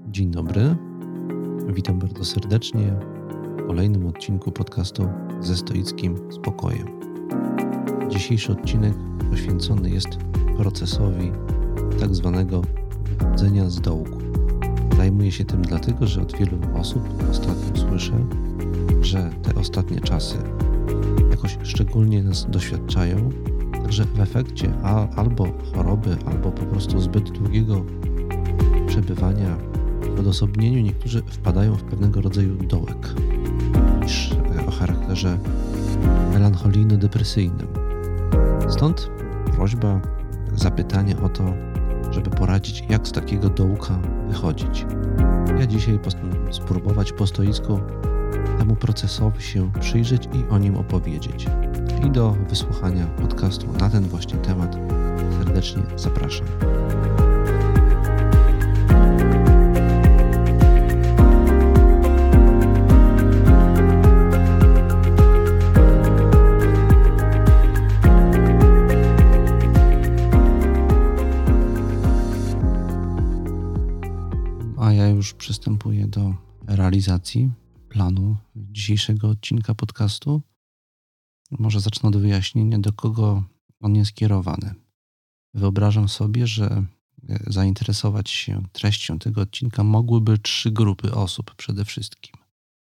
Dzień dobry, witam bardzo serdecznie w kolejnym odcinku podcastu Ze Stoickim Spokojem. Dzisiejszy odcinek poświęcony jest procesowi tak zwanego wychodzenia z dołku. Zajmuję się tym dlatego, że od wielu osób ostatnio słyszę, że te ostatnie czasy jakoś szczególnie nas doświadczają, także w efekcie albo choroby, albo po prostu zbyt długiego przebywania w odosobnieniu niektórzy wpadają w pewnego rodzaju dołek, niż o charakterze melancholijno-depresyjnym. Stąd prośba, zapytanie o to, żeby poradzić, jak z takiego dołka wychodzić. Ja dzisiaj postanowiłem spróbować po stoicku temu procesowi się przyjrzeć i o nim opowiedzieć. I do wysłuchania podcastu na ten właśnie temat serdecznie zapraszam. A ja już przystępuję do realizacji planu dzisiejszego odcinka podcastu. Może zacznę od wyjaśnienia, do kogo on jest kierowany. Wyobrażam sobie, że zainteresować się treścią tego odcinka mogłyby 3 grupy osób przede wszystkim.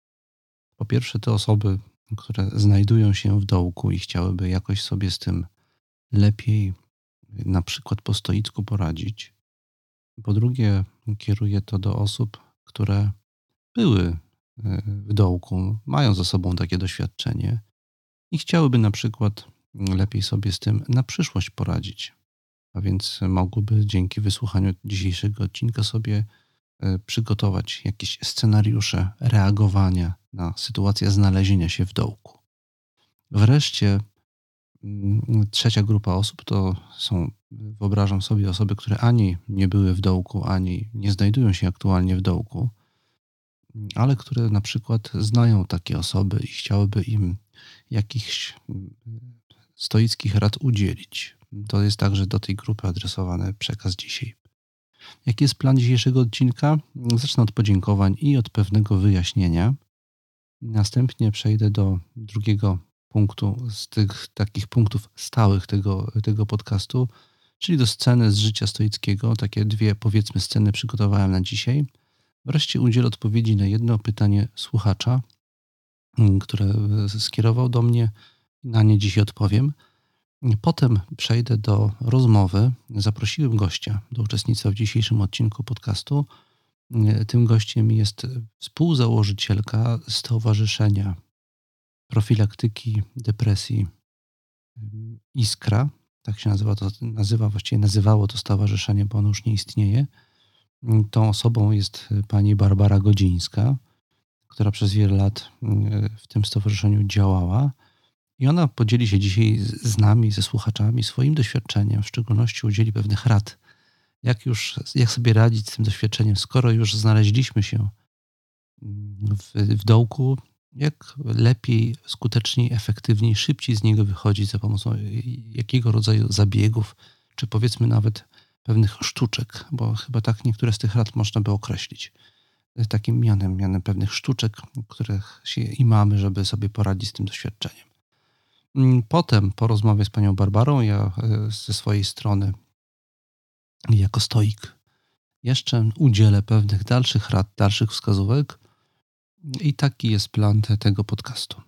Po pierwsze, te osoby, które znajdują się w dołku i chciałyby jakoś sobie z tym lepiej, na przykład po stoicku, poradzić. Po drugie, kieruję to do osób, które były w dołku, mają za sobą takie doświadczenie i chciałyby na przykład lepiej sobie z tym na przyszłość poradzić. A więc mogłyby dzięki wysłuchaniu dzisiejszego odcinka sobie przygotować jakieś scenariusze reagowania na sytuację znalezienia się w dołku. Wreszcie trzecia grupa osób to są, wyobrażam sobie, osoby, które ani nie były w dołku, ani nie znajdują się aktualnie w dołku, ale które na przykład znają takie osoby i chciałyby im jakichś stoickich rad udzielić. To jest także do tej grupy adresowany przekaz dzisiaj. Jaki jest plan dzisiejszego odcinka? Zacznę od podziękowań i od pewnego wyjaśnienia. Następnie przejdę do drugiego punktu z tych takich punktów stałych tego podcastu, czyli do sceny z życia stoickiego. Takie 2, powiedzmy, sceny przygotowałem na dzisiaj. Wreszcie udzielę odpowiedzi na jedno pytanie słuchacza, które skierował do mnie. Na nie dzisiaj odpowiem. Potem przejdę do rozmowy. Zaprosiłem gościa do uczestnictwa w dzisiejszym odcinku podcastu. Tym gościem jest współzałożycielka Stowarzyszenia Profilaktyki Depresji Iskra. Tak się nazywało to stowarzyszenie, bo ono już nie istnieje. Tą osobą jest pani Barbara Godzińska, która przez wiele lat w tym stowarzyszeniu działała. I ona podzieli się dzisiaj z nami, ze słuchaczami, swoim doświadczeniem, w szczególności udzieli pewnych rad, jak sobie radzić z tym doświadczeniem, skoro już znaleźliśmy się w dołku, jak lepiej, skuteczniej, efektywniej, szybciej z niego wychodzić za pomocą jakiego rodzaju zabiegów, czy powiedzmy nawet pewnych sztuczek, bo chyba tak niektóre z tych rad można by określić takim mianem pewnych sztuczek, których się i mamy, żeby sobie poradzić z tym doświadczeniem. Potem, po rozmowie z panią Barbarą, ja ze swojej strony jako stoik jeszcze udzielę pewnych dalszych rad, dalszych wskazówek i taki jest plan tego podcastu.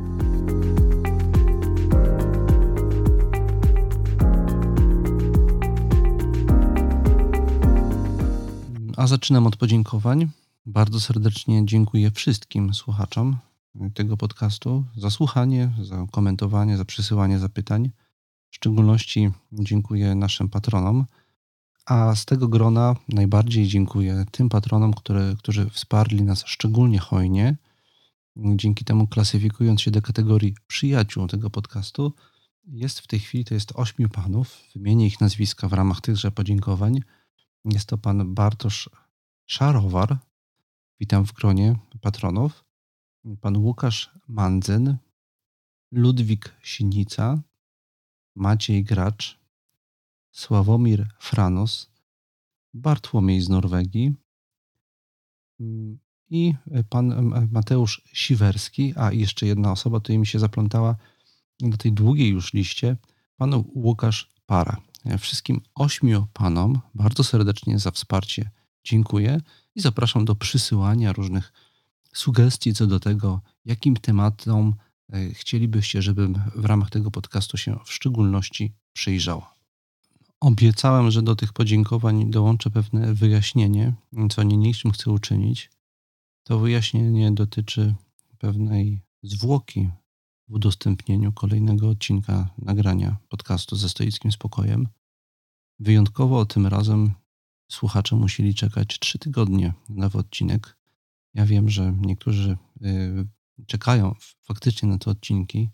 A zaczynam od podziękowań. Bardzo serdecznie dziękuję wszystkim słuchaczom tego podcastu za słuchanie, za komentowanie, za przysyłanie zapytań. W szczególności dziękuję naszym patronom, a z tego grona najbardziej dziękuję tym patronom, którzy wsparli nas szczególnie hojnie. Dzięki temu, klasyfikując się do kategorii przyjaciół tego podcastu, jest w tej chwili, to jest 8 panów. Wymienię ich nazwiska w ramach tychże podziękowań. Jest to pan Bartosz Szarowar, witam w gronie patronów, pan Łukasz Mandzyn, Ludwik Sinica, Maciej Gracz, Sławomir Franos, Bartłomiej z Norwegii, i pan Mateusz Siwerski, a i jeszcze jedna osoba tutaj mi się zaplątała na tej długiej już liście, pan Łukasz Para. Ja wszystkim 8 panom bardzo serdecznie za wsparcie dziękuję i zapraszam do przysyłania różnych sugestii co do tego, jakim tematom chcielibyście, żebym w ramach tego podcastu się w szczególności przyjrzał. Obiecałem, że do tych podziękowań dołączę pewne wyjaśnienie, co niniejszym chcę uczynić. To wyjaśnienie dotyczy pewnej zwłoki w udostępnieniu kolejnego odcinka nagrania podcastu ze stoickim spokojem. Wyjątkowo tym razem słuchacze musieli czekać 3 tygodnie na nowy odcinek. Ja wiem, że niektórzy czekają faktycznie na te odcinki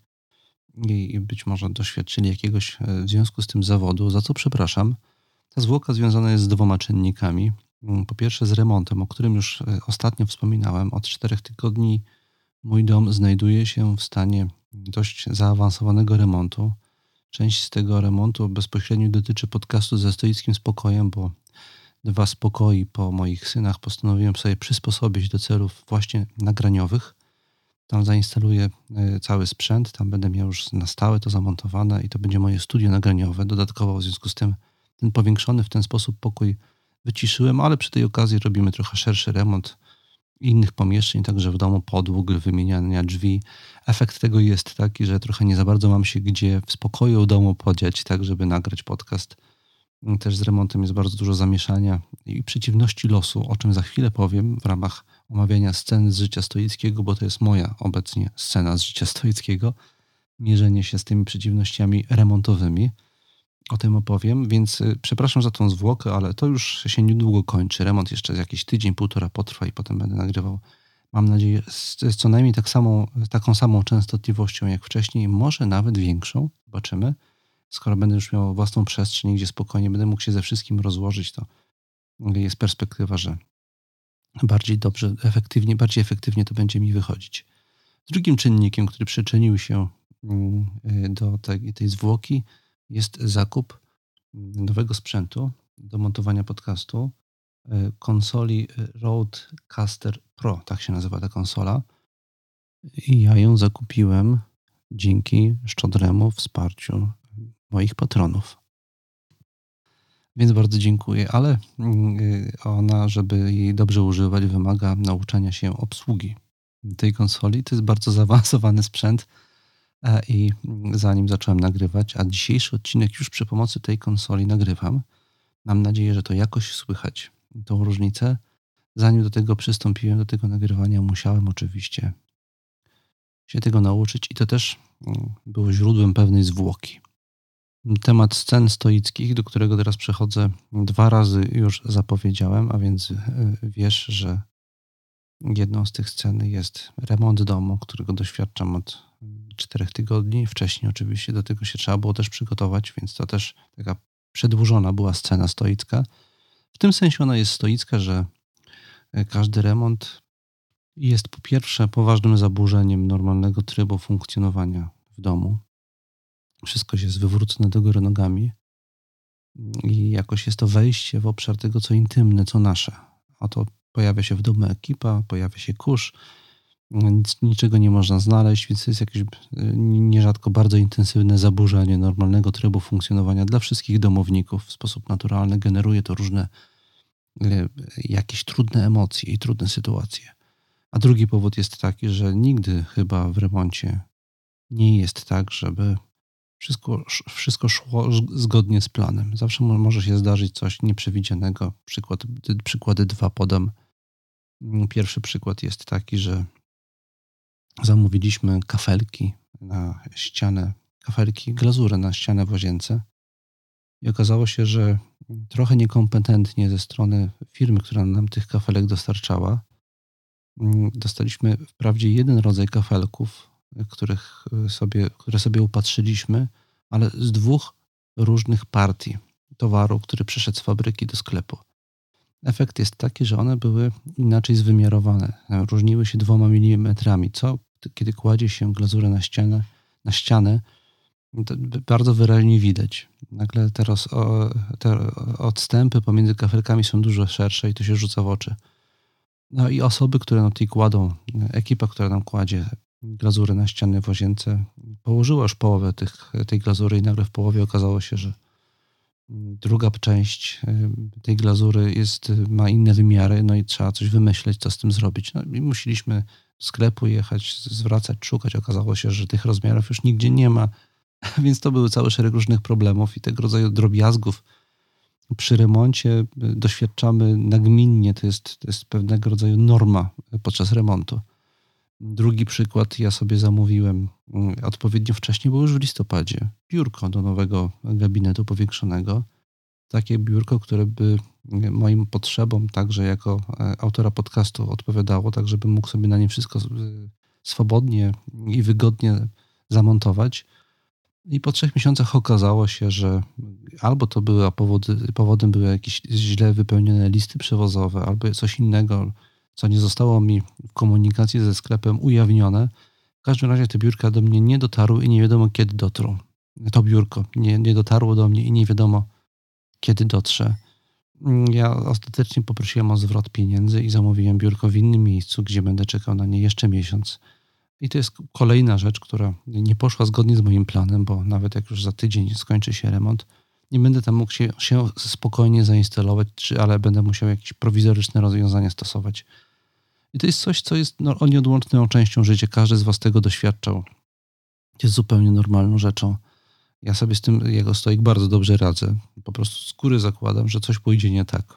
i być może doświadczyli jakiegoś w związku z tym zawodu, za co przepraszam. Ta zwłoka związana jest z 2 czynnikami. Po pierwsze z remontem, o którym już ostatnio wspominałem. Od 4 tygodni mój dom znajduje się w stanie dość zaawansowanego remontu. Część z tego remontu bezpośrednio dotyczy podcastu ze stoickim spokojem, bo 2 spokoje po moich synach postanowiłem sobie przysposobić do celów właśnie nagraniowych. Tam zainstaluję cały sprzęt, tam będę miał już na stałe to zamontowane i to będzie moje studio nagraniowe. Dodatkowo w związku z tym ten powiększony w ten sposób pokój wyciszyłem, ale przy tej okazji robimy trochę szerszy remont innych pomieszczeń, także w domu podłóg, wymieniania drzwi. Efekt tego jest taki, że trochę nie za bardzo mam się gdzie w spokoju domu podziać, tak żeby nagrać podcast. Też z remontem jest bardzo dużo zamieszania i przeciwności losu, o czym za chwilę powiem w ramach omawiania sceny z życia stoickiego, bo to jest moja obecnie scena z życia stoickiego. Mierzenie się z tymi przeciwnościami remontowymi. O tym opowiem, więc przepraszam za tą zwłokę, ale to już się niedługo kończy. Remont jeszcze jakiś tydzień, półtora potrwa i potem będę nagrywał, mam nadzieję, z co najmniej taką samą częstotliwością jak wcześniej, może nawet większą. Zobaczymy. Skoro będę już miał własną przestrzeń, gdzie spokojnie będę mógł się ze wszystkim rozłożyć, to jest perspektywa, że bardziej efektywnie to będzie mi wychodzić. Drugim czynnikiem, który przyczynił się do tej zwłoki, jest zakup nowego sprzętu do montowania podcastu, konsoli Rodecaster Pro, tak się nazywa ta konsola. I ja ją zakupiłem dzięki szczodremu wsparciu moich patronów. Więc bardzo dziękuję, ale ona, żeby jej dobrze używać, wymaga nauczania się obsługi tej konsoli. To jest bardzo zaawansowany sprzęt i zanim zacząłem nagrywać, a dzisiejszy odcinek już przy pomocy tej konsoli nagrywam, mam nadzieję, że to jakoś słychać, tą różnicę. Zanim do tego przystąpiłem, do tego nagrywania, musiałem oczywiście się tego nauczyć i to też było źródłem pewnej zwłoki. Temat scen stoickich, do którego teraz przechodzę, 2 razy już zapowiedziałem, a więc wiesz, że jedną z tych scen jest remont domu, którego doświadczam od 4 tygodni. Wcześniej oczywiście do tego się trzeba było też przygotować, więc to też taka przedłużona była scena stoicka. W tym sensie ona jest stoicka, że każdy remont jest po pierwsze poważnym zaburzeniem normalnego trybu funkcjonowania w domu. Wszystko jest wywrócone do góry nogami i jakoś jest to wejście w obszar tego, co intymne, co nasze. A to pojawia się w domu ekipa, pojawia się kurz, niczego nie można znaleźć, więc to jest jakieś nierzadko bardzo intensywne zaburzenie normalnego trybu funkcjonowania dla wszystkich domowników. W sposób naturalny generuje to różne jakieś trudne emocje i trudne sytuacje. A drugi powód jest taki, że nigdy chyba w remoncie nie jest tak, żeby wszystko szło zgodnie z planem. Zawsze może się zdarzyć coś nieprzewidzianego. Przykłady 2 podam. Pierwszy przykład jest taki, że zamówiliśmy kafelki na ścianę, glazurę na ścianę w łazience i okazało się, że trochę niekompetentnie ze strony firmy, która nam tych kafelek dostarczała, dostaliśmy wprawdzie jeden rodzaj kafelków, które sobie upatrzyliśmy, ale z 2 różnych partii towaru, który przyszedł z fabryki do sklepu. Efekt jest taki, że one były inaczej zwymiarowane. Różniły się 2 mm, co kiedy kładzie się glazurę na ścianę, to bardzo wyraźnie widać. Nagle teraz te odstępy pomiędzy kafelkami są dużo szersze i to się rzuca w oczy. No i osoby, które nam tutaj kładą, ekipa, która nam kładzie glazurę na ściany w łazience, położyła już połowę tej glazury i nagle w połowie okazało się, że druga część tej glazury ma inne wymiary, no i trzeba coś wymyśleć, co z tym zrobić. No i musieliśmy do sklepu jechać, zwracać, szukać. Okazało się, że tych rozmiarów już nigdzie nie ma, więc to były cały szereg różnych problemów i tego rodzaju drobiazgów przy remoncie doświadczamy nagminnie. To jest pewnego rodzaju norma podczas remontu. Drugi przykład, ja sobie zamówiłem odpowiednio wcześnie, bo już w listopadzie, biurko do nowego gabinetu powiększonego. Takie biurko, które by moim potrzebom także jako autora podcastu odpowiadało, tak żebym mógł sobie na nim wszystko swobodnie i wygodnie zamontować. I po 3 miesiącach okazało się, że albo to były powodem były jakieś źle wypełnione listy przewozowe, albo coś innego, co nie zostało mi w komunikacji ze sklepem ujawnione. W każdym razie te biurka do mnie nie dotarły i nie wiadomo kiedy dotrą. To biurko nie dotarło do mnie i nie wiadomo kiedy dotrze. Ja ostatecznie poprosiłem o zwrot pieniędzy i zamówiłem biurko w innym miejscu, gdzie będę czekał na nie jeszcze miesiąc. I to jest kolejna rzecz, która nie poszła zgodnie z moim planem, bo nawet jak już za tydzień skończy się remont, nie będę tam mógł się spokojnie zainstalować, ale będę musiał jakieś prowizoryczne rozwiązania stosować. I to jest coś, co jest nieodłączną częścią życia. Każdy z was tego doświadczał. Jest zupełnie normalną rzeczą. Ja sobie z tym jako stoik bardzo dobrze radzę. Po prostu z góry zakładam, że coś pójdzie nie tak.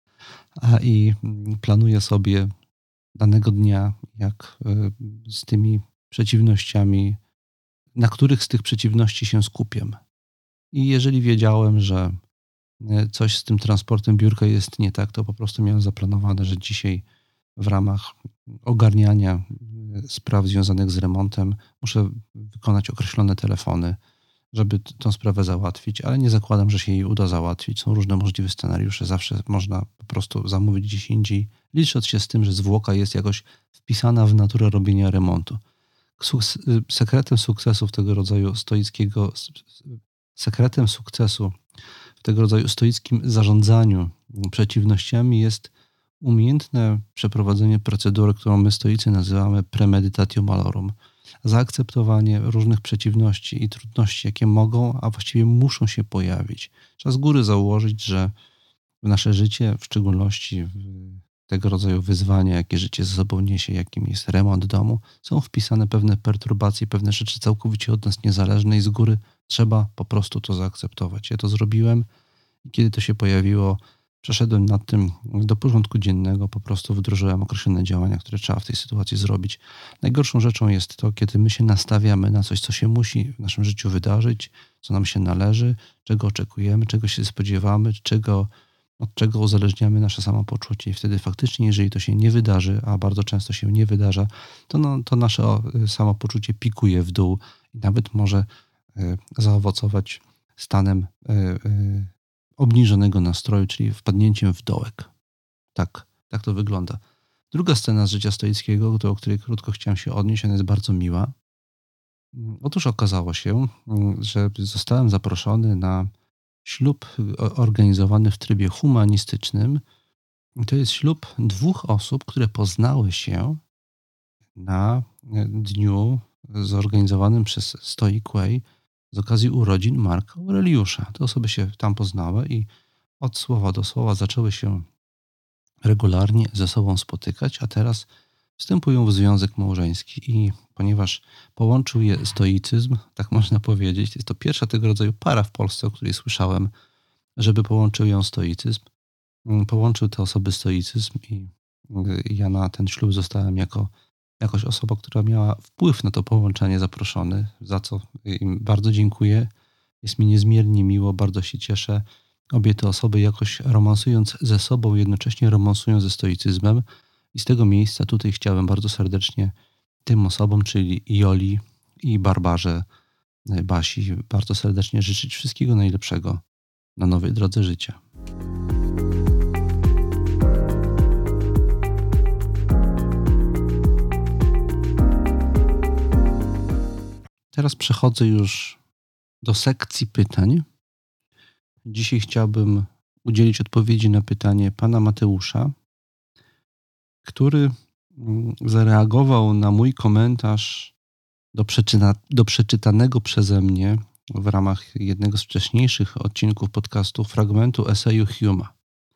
I planuję sobie danego dnia, jak z tymi przeciwnościami, na których z tych przeciwności się skupiam. I jeżeli wiedziałem, że coś z tym transportem biurka jest nie tak, to po prostu miałem zaplanowane, że dzisiaj w ramach ogarniania spraw związanych z remontem muszę wykonać określone telefony, żeby tę sprawę załatwić, ale nie zakładam, że się jej uda załatwić. Są różne możliwe scenariusze, zawsze można po prostu zamówić gdzieś indziej, licząc się z tym, że zwłoka jest jakoś wpisana w naturę robienia remontu. Sekretem sukcesu w tego rodzaju w tego rodzaju stoickim zarządzaniu przeciwnościami jest umiejętne przeprowadzenie procedury, którą my stoicy nazywamy premeditatio malorum. Zaakceptowanie różnych przeciwności i trudności, jakie mogą, a właściwie muszą się pojawić. Trzeba z góry założyć, że w nasze życie, w szczególności w tego rodzaju wyzwania, jakie życie ze sobą niesie, jakim jest remont domu, są wpisane pewne perturbacje, pewne rzeczy całkowicie od nas niezależne i z góry trzeba po prostu to zaakceptować. Ja to zrobiłem i kiedy to się pojawiło, przeszedłem nad tym do porządku dziennego, po prostu wdrożyłem określone działania, które trzeba w tej sytuacji zrobić. Najgorszą rzeczą jest to, kiedy my się nastawiamy na coś, co się musi w naszym życiu wydarzyć, co nam się należy, czego oczekujemy, czego się spodziewamy, od czego uzależniamy nasze samopoczucie. I wtedy faktycznie, jeżeli to się nie wydarzy, a bardzo często się nie wydarza, to nasze samopoczucie pikuje w dół i nawet może zaowocować stanem obniżonego nastroju, czyli wpadnięciem w dołek. Tak to wygląda. Druga scena z życia stoickiego, o której krótko chciałem się odnieść, ona jest bardzo miła. Otóż okazało się, że zostałem zaproszony na ślub organizowany w trybie humanistycznym. To jest ślub 2 osób, które poznały się na dniu zorganizowanym przez Stoic Way z okazji urodzin Marka Aureliusza. Te osoby się tam poznały i od słowa do słowa zaczęły się regularnie ze sobą spotykać, a teraz wstępują w związek małżeński i ponieważ połączył je stoicyzm, tak można powiedzieć, jest to pierwsza tego rodzaju para w Polsce, o której słyszałem, żeby połączył ją stoicyzm. Połączył te osoby stoicyzm i ja na ten ślub zostałem jakoś osoba, która miała wpływ na to połączenie, zaproszony, za co im bardzo dziękuję. Jest mi niezmiernie miło, bardzo się cieszę. Obie te osoby jakoś romansując ze sobą, jednocześnie romansują ze stoicyzmem. I z tego miejsca tutaj chciałem bardzo serdecznie tym osobom, czyli Joli i Barbarze Basi, bardzo serdecznie życzyć wszystkiego najlepszego na nowej drodze życia. Teraz przechodzę już do sekcji pytań. Dzisiaj chciałbym udzielić odpowiedzi na pytanie pana Mateusza, który zareagował na mój komentarz do przeczytanego przeze mnie w ramach jednego z wcześniejszych odcinków podcastu fragmentu eseju Hume'a.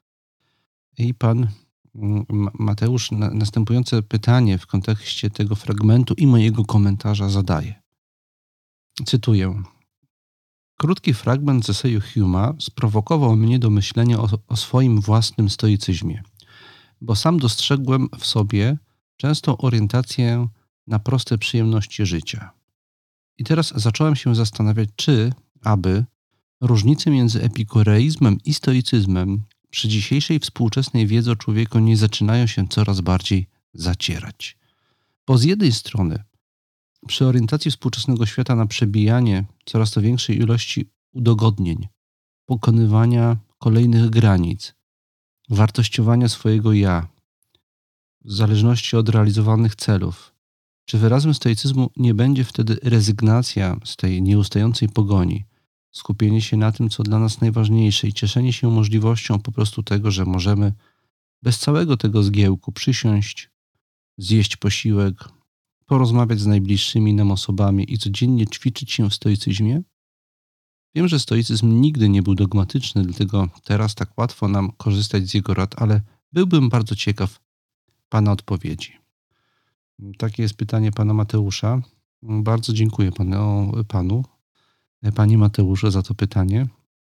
I pan Mateusz następujące pytanie w kontekście tego fragmentu i mojego komentarza zadaje. Cytuję. Krótki fragment z eseju Hume'a sprowokował mnie do myślenia o swoim własnym stoicyzmie, bo sam dostrzegłem w sobie częstą orientację na proste przyjemności życia. I teraz zacząłem się zastanawiać, aby różnice między epikureizmem i stoicyzmem przy dzisiejszej współczesnej wiedzy o człowieku nie zaczynają się coraz bardziej zacierać. Bo z jednej strony przy orientacji współczesnego świata na przebijanie coraz to większej ilości udogodnień, pokonywania kolejnych granic, wartościowania swojego ja, w zależności od realizowanych celów, czy wyrazem stoicyzmu nie będzie wtedy rezygnacja z tej nieustającej pogoni, skupienie się na tym, co dla nas najważniejsze i cieszenie się możliwością po prostu tego, że możemy bez całego tego zgiełku przysiąść, zjeść posiłek, porozmawiać z najbliższymi nam osobami i codziennie ćwiczyć się w stoicyzmie? Wiem, że stoicyzm nigdy nie był dogmatyczny, dlatego teraz tak łatwo nam korzystać z jego rad, ale byłbym bardzo ciekaw pana odpowiedzi. Takie jest pytanie pana Mateusza. Bardzo dziękuję panu, panie Mateuszu, za to pytanie.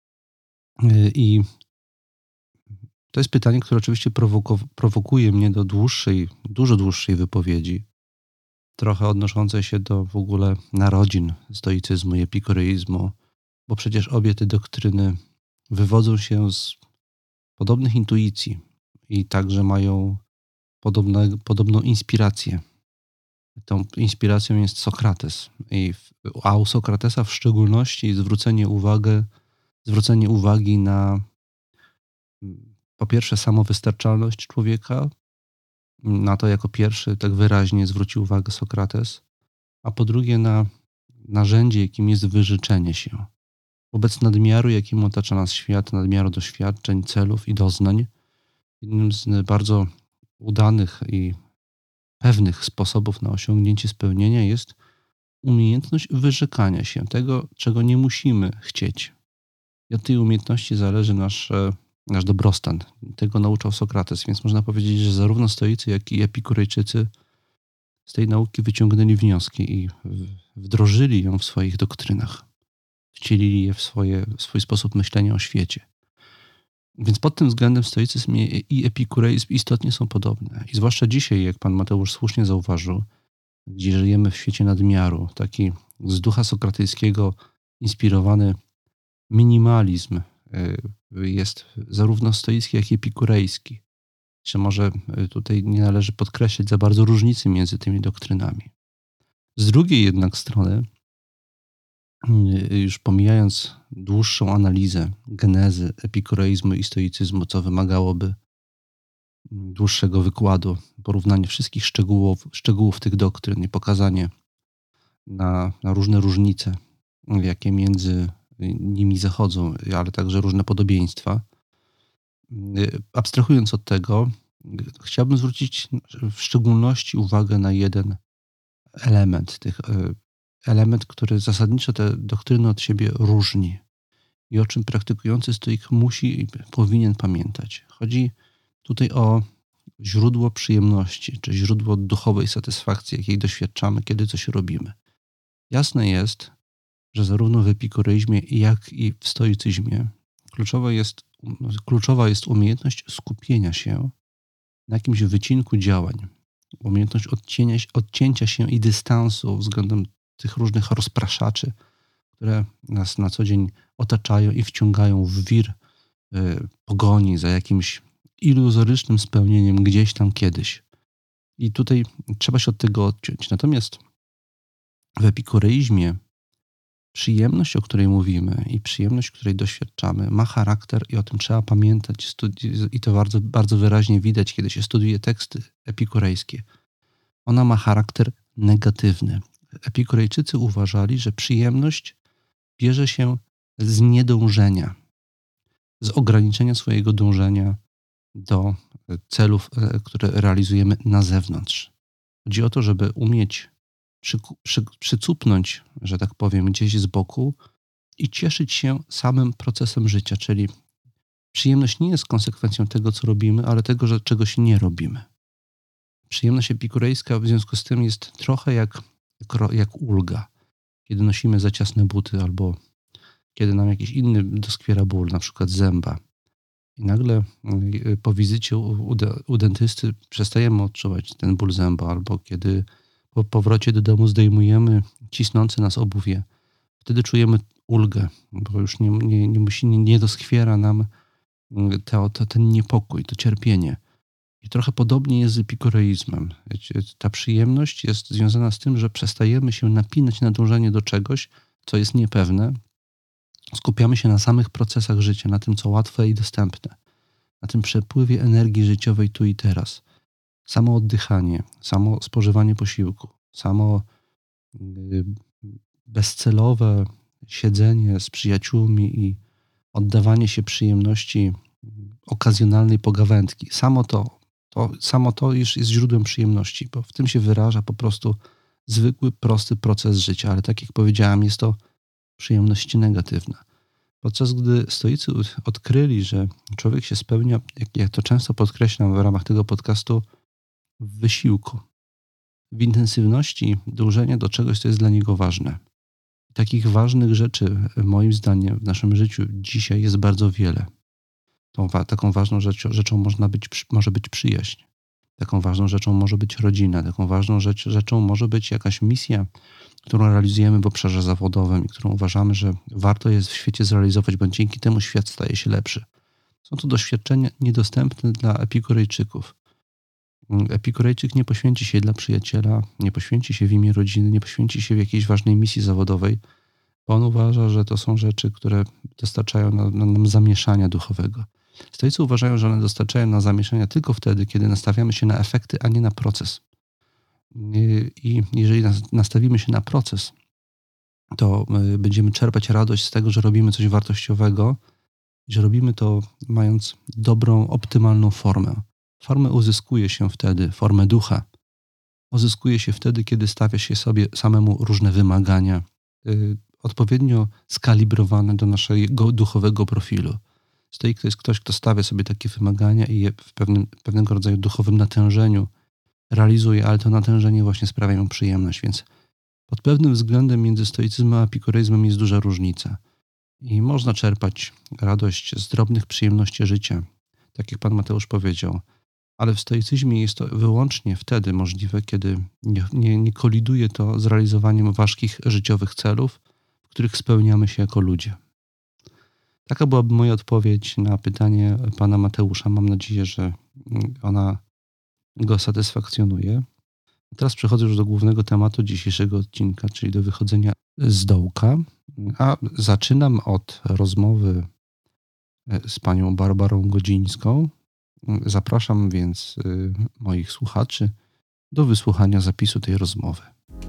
I to jest pytanie, które oczywiście prowokuje mnie do dużo dłuższej wypowiedzi, trochę odnoszącej się do w ogóle narodzin stoicyzmu i epikureizmu, bo przecież obie te doktryny wywodzą się z podobnych intuicji i także mają podobną inspirację. Tą inspiracją jest Sokrates, a u Sokratesa w szczególności zwrócenie uwagi na po pierwsze samowystarczalność człowieka, na to jako pierwszy tak wyraźnie zwrócił uwagę Sokrates, a po drugie na narzędzie, jakim jest wyrzeczenie się. Wobec nadmiaru, jakim otacza nas świat, nadmiaru doświadczeń, celów i doznań, jednym z bardzo udanych i pewnych sposobów na osiągnięcie spełnienia jest umiejętność wyrzekania się tego, czego nie musimy chcieć. I od tej umiejętności zależy nasz dobrostan. Tego nauczał Sokrates, więc można powiedzieć, że zarówno stoicy, jak i epikurejczycy z tej nauki wyciągnęli wnioski i wdrożyli ją w swoich doktrynach. Wcielili je w swój sposób myślenia o świecie. Więc pod tym względem stoicyzm i epikureizm istotnie są podobne. I zwłaszcza dzisiaj, jak pan Mateusz słusznie zauważył, gdzie żyjemy w świecie nadmiaru, taki z ducha sokratyjskiego inspirowany minimalizm jest zarówno stoicki, jak i epikurejski. Czy może tutaj nie należy podkreślać za bardzo różnicy między tymi doktrynami. Z drugiej jednak strony, już pomijając dłuższą analizę genezy epikureizmu i stoicyzmu, co wymagałoby dłuższego wykładu, porównanie wszystkich szczegółów tych doktryn i pokazanie na różne różnice, jakie między nimi zachodzą, ale także różne podobieństwa. Abstrahując od tego, chciałbym zwrócić w szczególności uwagę na jeden element, który zasadniczo te doktryny od siebie różni i o czym praktykujący stoik musi i powinien pamiętać. Chodzi tutaj o źródło przyjemności, czy źródło duchowej satysfakcji, jakiej doświadczamy, kiedy coś robimy. Jasne jest, że zarówno w epikureizmie, jak i w stoicyzmie kluczowa jest umiejętność skupienia się na jakimś wycinku działań, umiejętność odcięcia się i dystansu względem tych różnych rozpraszaczy, które nas na co dzień otaczają i wciągają w wir pogoni za jakimś iluzorycznym spełnieniem gdzieś tam kiedyś. I tutaj trzeba się od tego odciąć. Natomiast w epikureizmie przyjemność, o której mówimy i przyjemność, której doświadczamy, ma charakter i o tym trzeba pamiętać i to bardzo, bardzo wyraźnie widać, kiedy się studiuje teksty epikurejskie. Ona ma charakter negatywny. Epikurejczycy uważali, że przyjemność bierze się z niedążenia, z ograniczenia swojego dążenia do celów, które realizujemy na zewnątrz. Chodzi o to, żeby umieć przycupnąć, że tak powiem, gdzieś z boku i cieszyć się samym procesem życia, czyli przyjemność nie jest konsekwencją tego, co robimy, ale tego, że czegoś nie robimy. Przyjemność epikurejska w związku z tym jest trochę jak ulga, kiedy nosimy za ciasne buty albo kiedy nam jakiś inny doskwiera ból, na przykład zęba. I nagle po wizycie u dentysty przestajemy odczuwać ten ból zęba, albo kiedy po powrocie do domu zdejmujemy cisnące nas obuwie. Wtedy czujemy ulgę, bo już nie doskwiera nam ten niepokój, to cierpienie. I trochę podobnie jest z epikureizmem. Ta przyjemność jest związana z tym, że przestajemy się napinać na dążenie do czegoś, co jest niepewne. Skupiamy się na samych procesach życia, na tym, co łatwe i dostępne, na tym przepływie energii życiowej tu i teraz. Samo oddychanie, samo spożywanie posiłku, samo bezcelowe siedzenie z przyjaciółmi i oddawanie się przyjemności okazjonalnej pogawędki. Samo to już jest źródłem przyjemności, bo w tym się wyraża po prostu zwykły, prosty proces życia, ale tak jak powiedziałem, jest to przyjemność negatywna. Podczas gdy stoicy odkryli, że człowiek się spełnia, jak to często podkreślam w ramach tego podcastu, w wysiłku, w intensywności dążenia do czegoś, co jest dla niego ważne. Takich ważnych rzeczy, moim zdaniem, w naszym życiu dzisiaj jest bardzo wiele. Taką ważną rzeczą może być przyjaźń. Taką ważną rzeczą może być rodzina. Taką ważną rzeczą może być jakaś misja, którą realizujemy w obszarze zawodowym i którą uważamy, że warto jest w świecie zrealizować, bo dzięki temu świat staje się lepszy. Są to doświadczenia niedostępne dla epikurejczyków. Epikurejczyk nie poświęci się dla przyjaciela, nie poświęci się w imię rodziny, nie poświęci się w jakiejś ważnej misji zawodowej, bo on uważa, że to są rzeczy, które dostarczają nam zamieszania duchowego. Stoicy uważają, że one dostarczają nam zamieszania tylko wtedy, kiedy nastawiamy się na efekty, a nie na proces. I jeżeli nastawimy się na proces, to będziemy czerpać radość z tego, że robimy coś wartościowego, że robimy to mając dobrą, optymalną formę. Formę uzyskuje się wtedy, formę ducha. Uzyskuje się wtedy, kiedy stawia się sobie samemu różne wymagania, odpowiednio skalibrowane do naszego duchowego profilu. Stoik to jest ktoś, kto stawia sobie takie wymagania i je w pewnego rodzaju duchowym natężeniu realizuje, ale to natężenie właśnie sprawia mu przyjemność, więc pod pewnym względem między stoicyzmem a epikureizmem jest duża różnica. I można czerpać radość z drobnych przyjemności życia, tak jak pan Mateusz powiedział, ale w stoicyzmie jest to wyłącznie wtedy możliwe, kiedy nie koliduje to z realizowaniem ważkich życiowych celów, w których spełniamy się jako ludzie. Taka byłaby moja odpowiedź na pytanie pana Mateusza. Mam nadzieję, że ona go satysfakcjonuje. Teraz przechodzę już do głównego tematu dzisiejszego odcinka, czyli do wychodzenia z dołka. A zaczynam od rozmowy z panią Barbarą Godzińską. Zapraszam więc moich słuchaczy do wysłuchania zapisu tej rozmowy.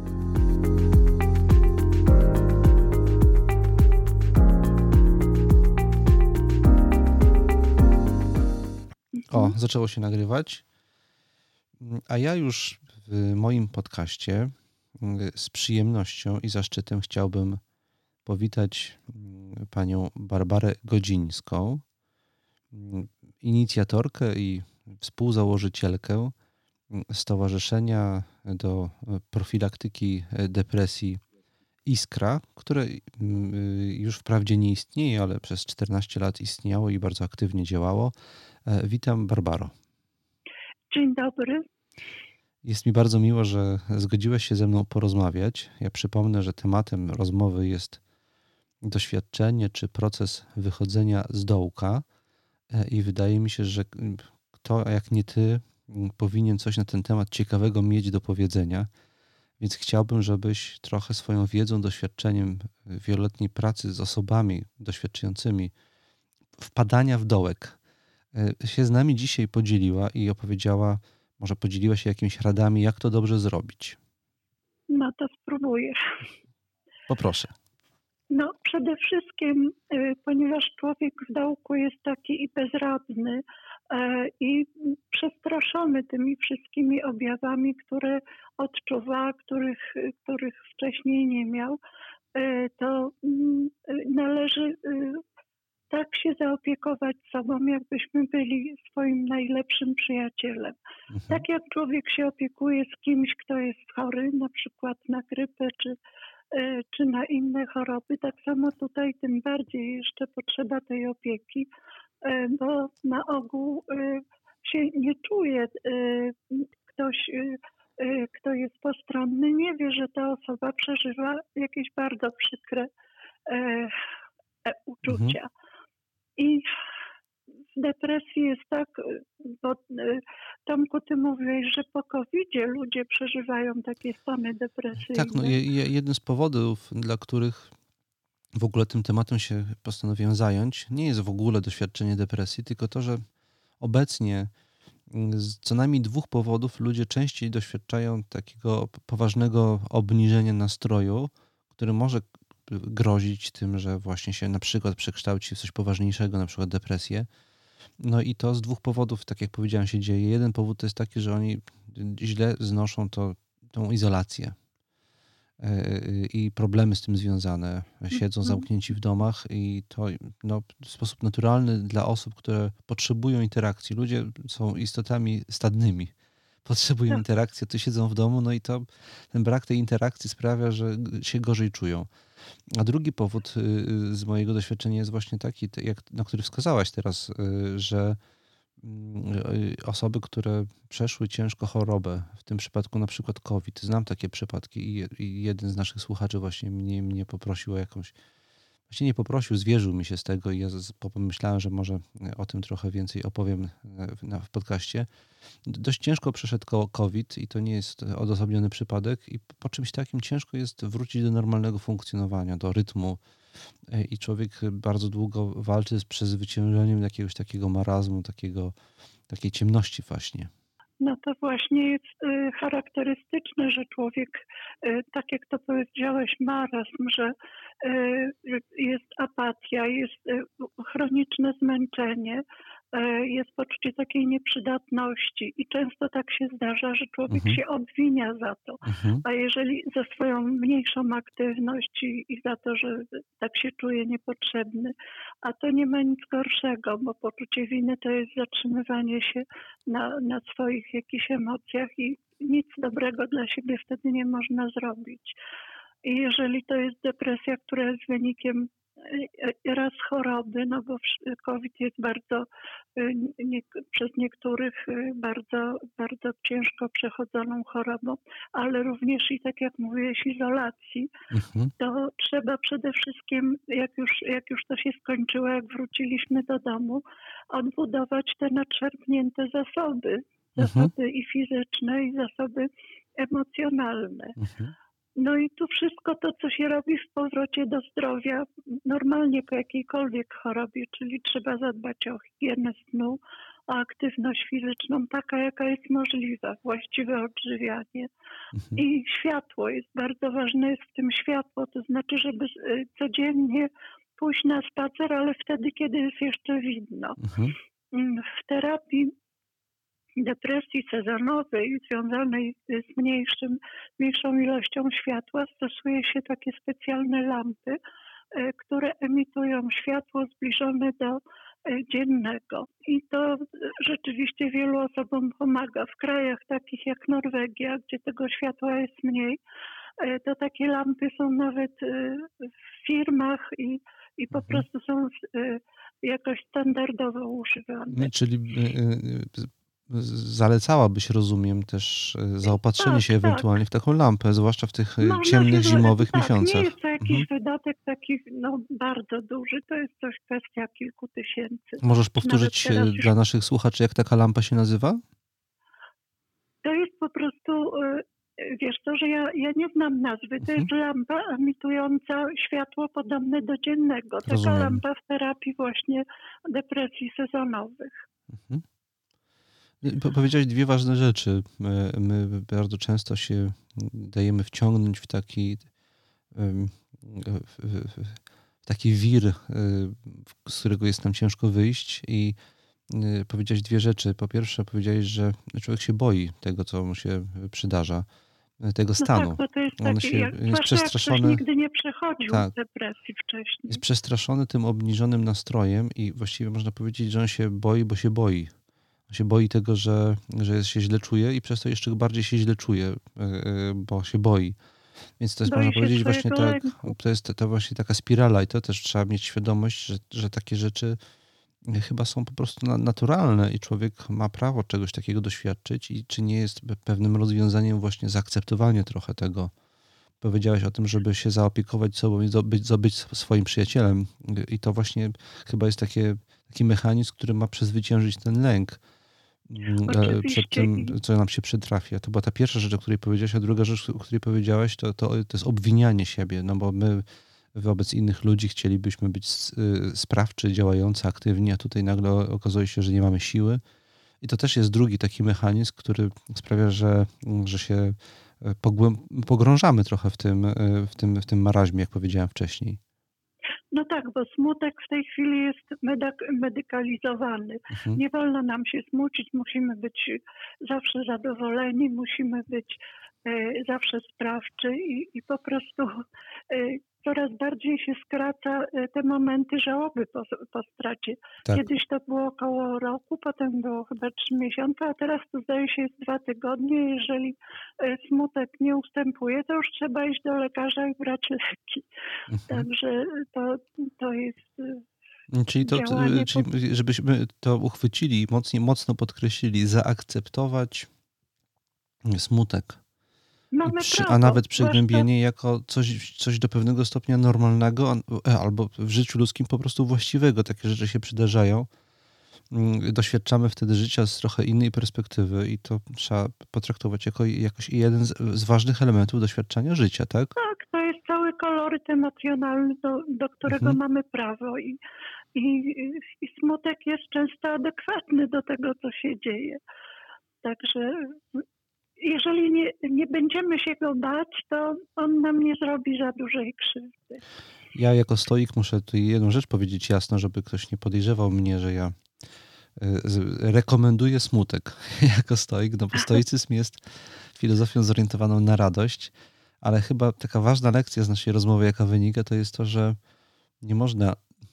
O, zaczęło się nagrywać. A ja już w moim podcaście z przyjemnością i zaszczytem chciałbym powitać panią Barbarę Godzińską, inicjatorkę i współzałożycielkę Stowarzyszenia do Profilaktyki Depresji Iskra, które już wprawdzie nie istnieje, ale przez 14 lat istniało i bardzo aktywnie działało. Witam, Barbaro. Dzień dobry. Jest mi bardzo miło, że zgodziłeś się ze mną porozmawiać. Ja przypomnę, że tematem rozmowy jest doświadczenie czy proces wychodzenia z dołka i wydaje mi się, że kto jak nie ty powinien coś na ten temat ciekawego mieć do powiedzenia, więc chciałbym, żebyś trochę swoją wiedzą, doświadczeniem wieloletniej pracy z osobami doświadczającymi wpadania w dołek się z nami dzisiaj podzieliła i opowiedziała, może podzieliła się jakimiś radami, jak to dobrze zrobić. No to spróbuję. Poproszę. No przede wszystkim, ponieważ człowiek w dołku jest taki i bezradny, i przestraszony tymi wszystkimi objawami, które odczuwa, których wcześniej nie miał, to należy tak się zaopiekować sobą, jakbyśmy byli swoim najlepszym przyjacielem. Mhm. Tak jak człowiek się opiekuje z kimś, kto jest chory, na przykład na grypę czy na inne choroby, tak samo tutaj tym bardziej jeszcze potrzeba tej opieki, bo na ogół się nie czuje ktoś, kto jest postronny, nie wie, że ta osoba przeżywa jakieś bardzo przykre e, Mhm. uczucia. I w depresji jest tak, bo Tomku, ty mówiłeś, że po COVID-zie ludzie przeżywają takie stany Tak, no depresyjne. jeden z powodów, dla których w ogóle tym tematem się postanowiłem zająć, nie jest w ogóle doświadczenie depresji, tylko to, że obecnie z co najmniej 2 powodów ludzie częściej doświadczają takiego poważnego obniżenia nastroju, które może grozić tym, że właśnie się na przykład przekształci w coś poważniejszego, na przykład depresję. No i to z 2 powodów, tak jak powiedziałem, się dzieje. Jeden powód to jest taki, że oni źle znoszą tą izolację i problemy z tym związane. Siedzą Mhm. zamknięci w domach i to no, w sposób naturalny dla osób, które potrzebują interakcji. Ludzie są istotami stadnymi. Potrzebują Tak. interakcji, to siedzą w domu, no i ten brak tej interakcji sprawia, że się gorzej czują. A drugi powód z mojego doświadczenia jest właśnie taki, na który wskazałaś teraz, że osoby, które przeszły ciężko chorobę, w tym przypadku na przykład COVID. Znam takie przypadki i jeden z naszych słuchaczy właśnie mnie poprosił o jakąś, właśnie nie poprosił, zwierzył mi się z tego i ja pomyślałem, że może o tym trochę więcej opowiem w podcaście. Dość ciężko przeszedł COVID i to nie jest odosobniony przypadek i po czymś takim ciężko jest wrócić do normalnego funkcjonowania, do rytmu i człowiek bardzo długo walczy z przezwyciężeniem jakiegoś takiego marazmu, takiej ciemności właśnie. No to właśnie jest charakterystyczne, że człowiek, tak jak to powiedziałeś, marazm, że jest apatia, jest chroniczne zmęczenie, jest poczucie takiej nieprzydatności i często tak się zdarza, że człowiek Mhm, się obwinia za to. mhm, A jeżeli za swoją mniejszą aktywność i za to, że tak się czuje niepotrzebny, a to nie ma nic gorszego, bo poczucie winy to jest zatrzymywanie się na swoich jakichś emocjach i nic dobrego dla siebie wtedy nie można zrobić. I jeżeli to jest depresja, która jest wynikiem raz choroby, no bo COVID jest bardzo przez niektórych bardzo, bardzo ciężko przechodzoną chorobą, ale również i tak jak mówiłeś, izolacji, mhm, to trzeba przede wszystkim, jak już to się skończyło, jak wróciliśmy do domu, odbudować te nadszarpnięte zasoby, mhm, zasoby i fizyczne, i zasoby emocjonalne. mhm. No i tu wszystko to, co się robi w powrocie do zdrowia, normalnie po jakiejkolwiek chorobie, czyli trzeba zadbać o higienę snu, o aktywność fizyczną, taka jaka jest możliwa, właściwe odżywianie. Mhm, I światło jest bardzo ważne, jest w tym światło, to znaczy, żeby codziennie pójść na spacer, ale wtedy, kiedy jest jeszcze widno. mhm, W terapii depresji sezonowej związanej z mniejszą ilością światła stosuje się takie specjalne lampy, które emitują światło zbliżone do dziennego. I to rzeczywiście wielu osobom pomaga. W krajach takich jak Norwegia, gdzie tego światła jest mniej, to takie lampy są nawet w firmach i po mhm. prostu są jakoś standardowo używane. Czyli zalecałabyś, rozumiem, też zaopatrzenie Tak, się tak. ewentualnie w taką lampę, zwłaszcza w tych Można się, ciemnych, zimowych tak, nie jest miesiącach. to jakiś Mhm. wydatek taki bardzo duży, to jest coś kwestia kilku tysięcy. Możesz Nawet powtórzyć teraz już dla naszych słuchaczy, jak taka lampa się nazywa? to jest po prostu, wiesz co, że ja nie znam nazwy, to Mhm. jest lampa emitująca światło podobne do dziennego. Taka Rozumiem. lampa w terapii właśnie depresji sezonowych. Mhm. Powiedziałeś 2 ważne rzeczy. My bardzo często się dajemy wciągnąć w taki em, w taki wir, z którego jest nam ciężko wyjść i powiedziałeś dwie rzeczy. Po pierwsze powiedziałeś, że człowiek się boi tego, co mu się przydarza, tego No tak, stanu. bo to jest On takie, się jest zwłaszcza jak ktoś przestraszony, nigdy nie przechodził tak, depresji jest wcześniej. przestraszony tym obniżonym nastrojem i właściwie można powiedzieć, że on się boi, bo się boi. On się boi tego, że się źle czuje i przez to jeszcze bardziej się źle czuje, bo się boi. Więc to jest, można Boi się powiedzieć, właśnie swojego tak, lęku. to jest to właśnie taka spirala i to też trzeba mieć świadomość, że takie rzeczy chyba są po prostu naturalne i człowiek ma prawo czegoś takiego doświadczyć i czy nie jest pewnym rozwiązaniem właśnie zaakceptowanie trochę tego. Powiedziałeś o tym, żeby się zaopiekować sobą i być swoim przyjacielem i to właśnie chyba jest taki mechanizm, który ma przezwyciężyć ten lęk przed Oczywiście tym, co nam się przytrafia. To była ta pierwsza rzecz, o której powiedziałeś, a druga rzecz, o której powiedziałeś, to jest obwinianie siebie, no bo my wobec innych ludzi chcielibyśmy być sprawczy, działający, aktywni, a tutaj nagle okazuje się, że nie mamy siły. I to też jest drugi taki mechanizm, który sprawia, że się pogrążamy trochę w tym marazmie, jak powiedziałem wcześniej. No tak, bo smutek w tej chwili jest medykalizowany. Mhm. Nie wolno nam się smucić, musimy być zawsze zadowoleni, musimy być zawsze sprawczy i po prostu coraz bardziej się skraca te momenty żałoby po stracie. Tak. Kiedyś to było około roku, potem było chyba 3 miesiące, a teraz to zdaje się jest 2 tygodnie. Jeżeli smutek nie ustępuje, to już trzeba iść do lekarza i brać leki. Mhm. Także to jest Czyli działanie. żebyśmy to uchwycili, mocno podkreślili, zaakceptować smutek. Mamy A prawo, nawet zwłaszcza przygnębienie jako coś do pewnego stopnia normalnego, albo w życiu ludzkim po prostu właściwego. Takie rzeczy się przydarzają. Doświadczamy wtedy życia z trochę innej perspektywy i to trzeba potraktować jako jakoś jeden z ważnych elementów doświadczenia życia, tak? tak, to jest cały koloryt emocjonalny, do którego Mhm. mamy prawo i, i smutek jest często adekwatny do tego, co się dzieje. Także jeżeli nie będziemy się go bać, to on nam nie zrobi za dużej krzywdy. Ja jako stoik muszę tu jedną rzecz powiedzieć jasno, żeby ktoś nie podejrzewał mnie, że ja rekomenduję smutek jako stoik, no bo stoicyzm jest filozofią zorientowaną na radość, ale chyba taka ważna lekcja z naszej rozmowy, jaka wynika, to jest to, że nie można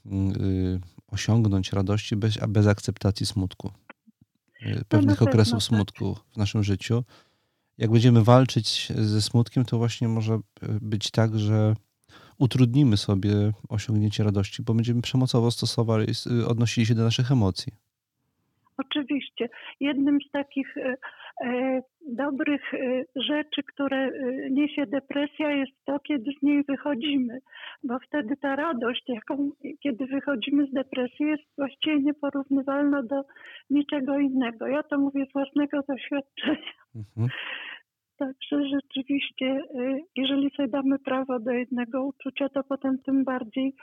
osiągnąć radości bez akceptacji smutku. Pewnych okresów smutku w naszym życiu. Jak będziemy walczyć ze smutkiem, to właśnie może być tak, że utrudnimy sobie osiągnięcie radości, bo będziemy przemocowo odnosili się do naszych emocji. Oczywiście. Jednym z takich dobrych rzeczy, które niesie depresja, jest to, kiedy z niej wychodzimy, bo wtedy ta radość, kiedy wychodzimy z depresji, jest właściwie nieporównywalna do niczego innego. Ja to mówię z własnego doświadczenia. Mhm. Także rzeczywiście, jeżeli sobie damy prawo do jednego uczucia, to potem tym bardziej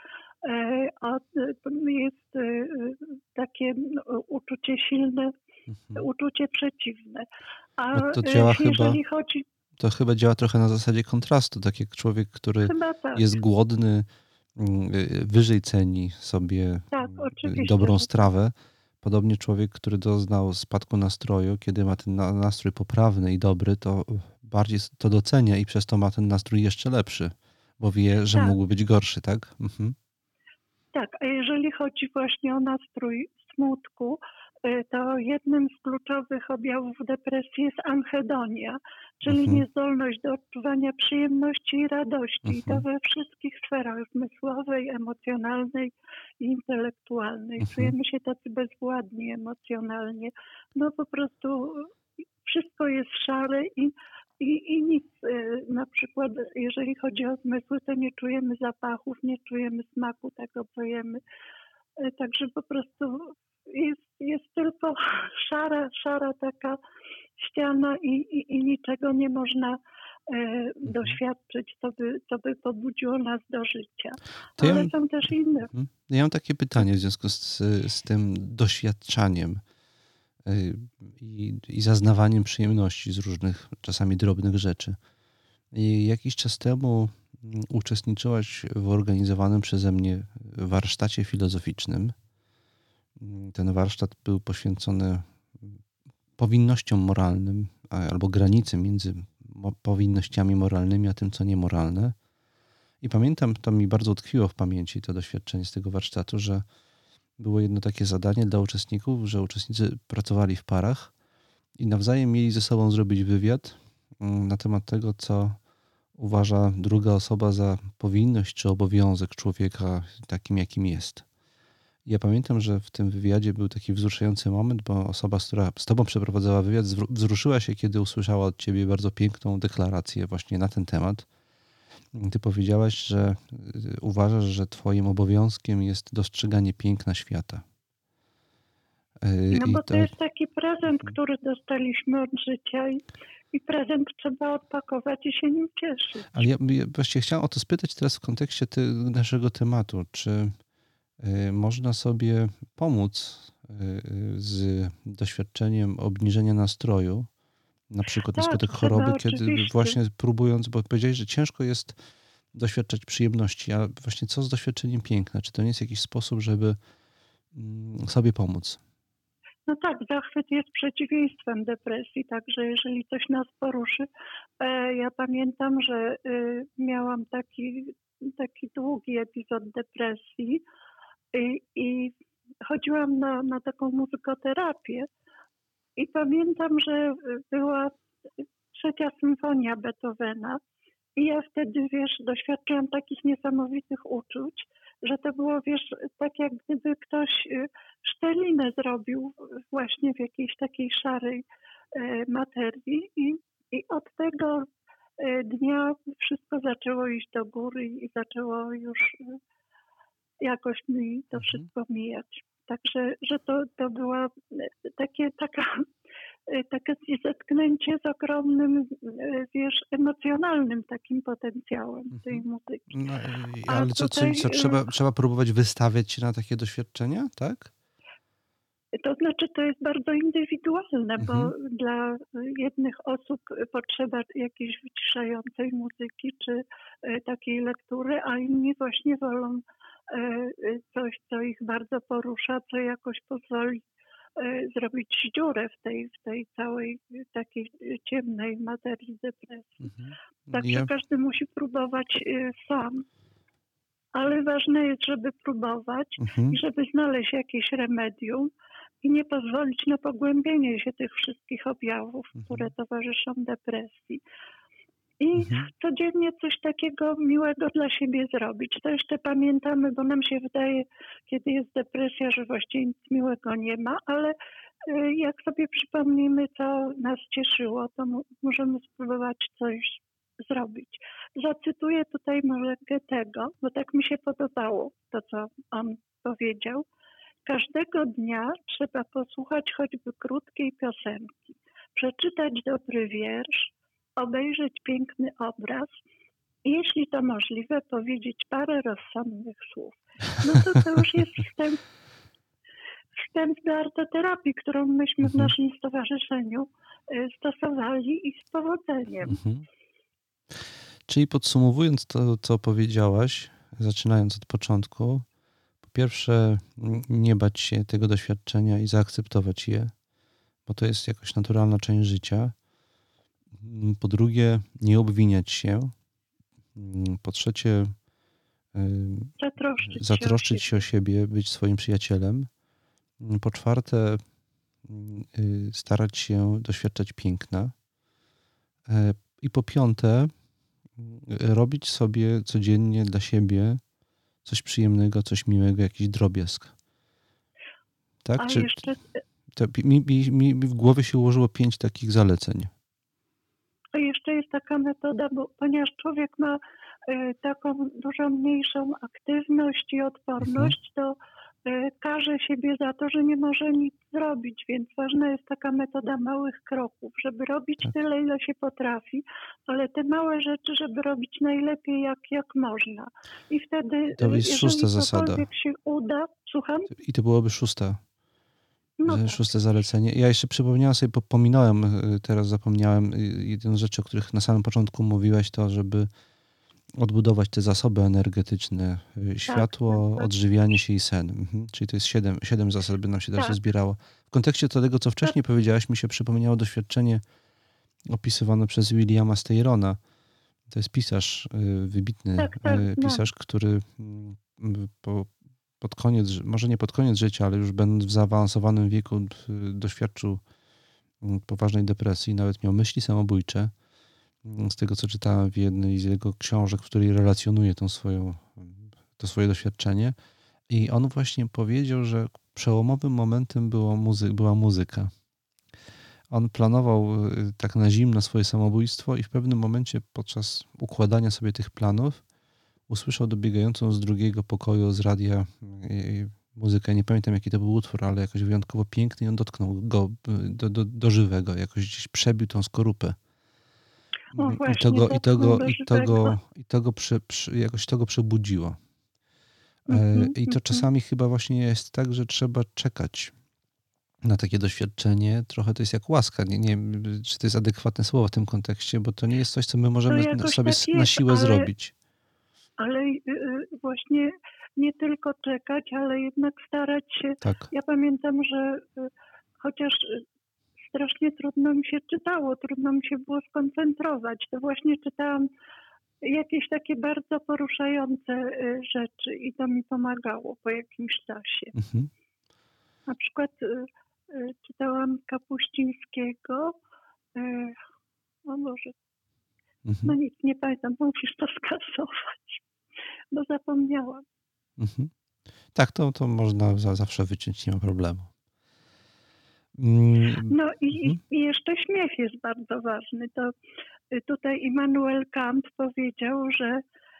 jest takie uczucie silne, uczucie przeciwne. A no to działa jeżeli chodzi... To chyba działa trochę na zasadzie kontrastu. Tak jak człowiek, który jest głodny, wyżej ceni sobie dobrą strawę. Podobnie człowiek, który doznał spadku nastroju, kiedy ma ten nastrój poprawny i dobry, to bardziej to docenia i przez to ma ten nastrój jeszcze lepszy, bo wie, że mógł być gorszy, tak? Mhm. Tak, a jeżeli chodzi właśnie o nastrój smutku, to jednym z kluczowych objawów depresji jest anhedonia, czyli niezdolność do odczuwania przyjemności i radości. I to we wszystkich sferach zmysłowej, emocjonalnej i intelektualnej. Czujemy się tacy bezwładni emocjonalnie. No po prostu wszystko jest szare i nic. Na przykład jeżeli chodzi o zmysły, to nie czujemy zapachów, nie czujemy smaku tego, co jemy. Także po prostu jest tylko szara taka ściana i niczego nie można doświadczyć, co by pobudziło nas do życia. Ale są też inne. Ja mam takie pytanie w związku z tym doświadczaniem i zaznawaniem przyjemności z różnych, czasami drobnych rzeczy. Jakiś czas temu uczestniczyłaś w organizowanym przeze mnie warsztacie filozoficznym, ten warsztat był poświęcony powinnościom moralnym albo granicy między powinnościami moralnymi a tym, co niemoralne. I pamiętam, to mi bardzo utkwiło w pamięci to doświadczenie z tego warsztatu, że było jedno takie zadanie dla uczestników, że uczestnicy pracowali w parach i nawzajem mieli ze sobą zrobić wywiad na temat tego, co uważa druga osoba za powinność czy obowiązek człowieka takim, jakim jest. Ja pamiętam, że w tym wywiadzie był taki wzruszający moment, bo osoba, która z tobą przeprowadzała wywiad, wzruszyła się, kiedy usłyszała od ciebie bardzo piękną deklarację właśnie na ten temat. Ty powiedziałaś, że uważasz, że twoim obowiązkiem jest dostrzeganie piękna świata. No bo to jest taki prezent, który dostaliśmy od życia i prezent trzeba odpakować i się nim cieszyć. Ale ja właściwie chciałem o to spytać teraz w kontekście naszego tematu. Czy można sobie pomóc z doświadczeniem obniżenia nastroju, na przykład na skutek choroby, kiedy oczywiście. właśnie próbując, bo powiedziałeś, że ciężko jest doświadczać przyjemności, a właśnie co z doświadczeniem piękna? Czy to nie jest jakiś sposób, żeby sobie pomóc? No tak, zachwyt jest przeciwieństwem depresji, także jeżeli coś nas poruszy, ja pamiętam, że miałam taki długi epizod depresji i chodziłam na taką muzykoterapię i pamiętam, że była 3. symfonia Beethovena i ja wtedy, doświadczyłam takich niesamowitych uczuć, że to było, tak jak gdyby ktoś szczelinę zrobił właśnie w jakiejś takiej szarej materii i od tego dnia wszystko zaczęło iść do góry i zaczęło już jakoś mi to wszystko mijać. Także, że to było takie zetknięcie z ogromnym, emocjonalnym takim potencjałem tej muzyki. No, ale co trzeba próbować wystawiać się na takie doświadczenia, tak? To znaczy, to jest bardzo indywidualne, bo dla jednych osób potrzeba jakiejś wyciszającej muzyki czy takiej lektury, a inni właśnie wolą coś, co ich bardzo porusza, co jakoś pozwoli zrobić dziurę w tej całej takiej ciemnej materii depresji. Także każdy musi próbować sam. Ale ważne jest, żeby próbować i żeby znaleźć jakieś remedium i nie pozwolić na pogłębienie się tych wszystkich objawów, które towarzyszą depresji. I codziennie coś takiego miłego dla siebie zrobić. To jeszcze pamiętamy, bo nam się wydaje, kiedy jest depresja, że właściwie nic miłego nie ma, ale jak sobie przypomnimy, co nas cieszyło, to możemy spróbować coś zrobić. Zacytuję tutaj może Goethego, bo tak mi się podobało to, co on powiedział. Każdego dnia trzeba posłuchać choćby krótkiej piosenki, przeczytać dobry wiersz, obejrzeć piękny obraz i jeśli to możliwe, powiedzieć parę rozsądnych słów. No to już jest wstęp do artoterapii, którą myśmy w naszym stowarzyszeniu stosowali i z powodzeniem. Czyli podsumowując to, co powiedziałaś, zaczynając od początku, po pierwsze nie bać się tego doświadczenia i zaakceptować je, bo to jest jakoś naturalna część życia. Po drugie, nie obwiniać się. Po trzecie, zatroszczyć się o siebie, być swoim przyjacielem. Po czwarte, starać się doświadczać piękna. I po piąte, robić sobie codziennie dla siebie coś przyjemnego, coś miłego, jakiś drobiazg. Tak? Mi w głowie się ułożyło 5 takich zaleceń. To jeszcze jest taka metoda, bo ponieważ człowiek ma taką dużo mniejszą aktywność i odporność, to karze siebie za to, że nie może nic zrobić, więc ważna jest taka metoda małych kroków, żeby robić tyle, ile się potrafi, ale te małe rzeczy, żeby robić najlepiej, jak można. I wtedy, to jest szósta zasada. się uda, słucham? I to byłoby szóste zalecenie. Ja jeszcze przypomniałem sobie, pominąłem, teraz zapomniałem jedną z rzeczy, o których na samym początku mówiłaś, to żeby odbudować te zasoby energetyczne, Tak, tak, światło, tak, odżywianie się i sen. Czyli to jest siedem zasad, by nam się teraz tak. zbierało. W kontekście tego, co To, wcześniej powiedziałaś, mi się przypomniało doświadczenie opisywane przez Williama Styrona. To jest pisarz, wybitny tak, tak, znam. pisarz, który pod koniec, może nie pod koniec życia, ale już będąc w zaawansowanym wieku, doświadczył poważnej depresji, nawet miał myśli samobójcze. Z tego, co czytałem w jednej z jego książek, w której relacjonuje to swoje doświadczenie. I on właśnie powiedział, że przełomowym momentem była muzyka. On planował tak na zimno swoje samobójstwo i w pewnym momencie podczas układania sobie tych planów usłyszał dobiegającą z drugiego pokoju z radia muzykę. Nie pamiętam, jaki to był utwór, ale jakoś wyjątkowo piękny i on dotknął go do żywego. Jakoś gdzieś przebił tą skorupę. O I to właśnie, go, i to dotknął go, do i to żywego. go, i to go jakoś to go przebudziło. I to Mhm. czasami chyba właśnie jest tak, że trzeba czekać na takie doświadczenie. Trochę to jest jak łaska. Nie wiem, czy to jest adekwatne słowo w tym kontekście, bo to nie jest coś, co my To możemy jakoś sobie tak na jest, siłę zrobić. ale właśnie nie tylko czekać, ale jednak starać się. Tak. Ja pamiętam, że chociaż strasznie trudno mi się czytało, trudno mi się było skoncentrować, to właśnie czytałam jakieś takie bardzo poruszające rzeczy i to mi pomagało po jakimś czasie. Mhm. Na przykład czytałam Kapuścińskiego, o Boże, no nic, nie pamiętam, bo musisz to skasować, bo zapomniałam. Mhm. Tak, to można zawsze wyciąć, nie ma problemu. No i jeszcze śmiech jest bardzo ważny. To tutaj Immanuel Kant powiedział, że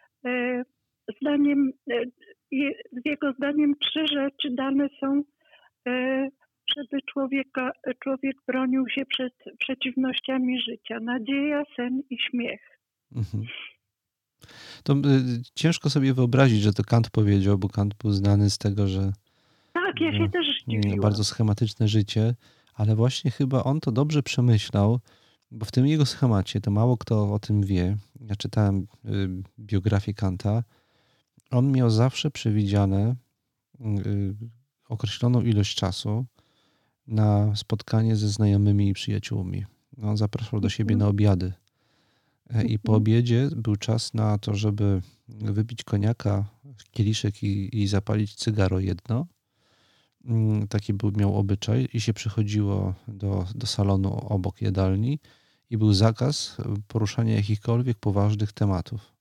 z jego zdaniem 3 rzeczy dane są, żeby człowiek bronił się przed przeciwnościami życia. Nadzieja, sen i śmiech. Mhm. To ciężko sobie wyobrazić, że to Kant powiedział, bo Kant był znany z tego, że Tak, ja się też zdziwiłam. bardzo schematyczne życie, ale właśnie chyba on to dobrze przemyślał, bo w tym jego schemacie, to mało kto o tym wie. Ja czytałem biografię Kanta. On miał zawsze przewidziane określoną ilość czasu na spotkanie ze znajomymi i przyjaciółmi. On zapraszał do siebie na obiady. I po obiedzie był czas na to, żeby wypić koniaka, kieliszek i zapalić cygaro jedno. Taki miał obyczaj i się przychodziło do salonu obok jadalni i był zakaz poruszania jakichkolwiek poważnych tematów.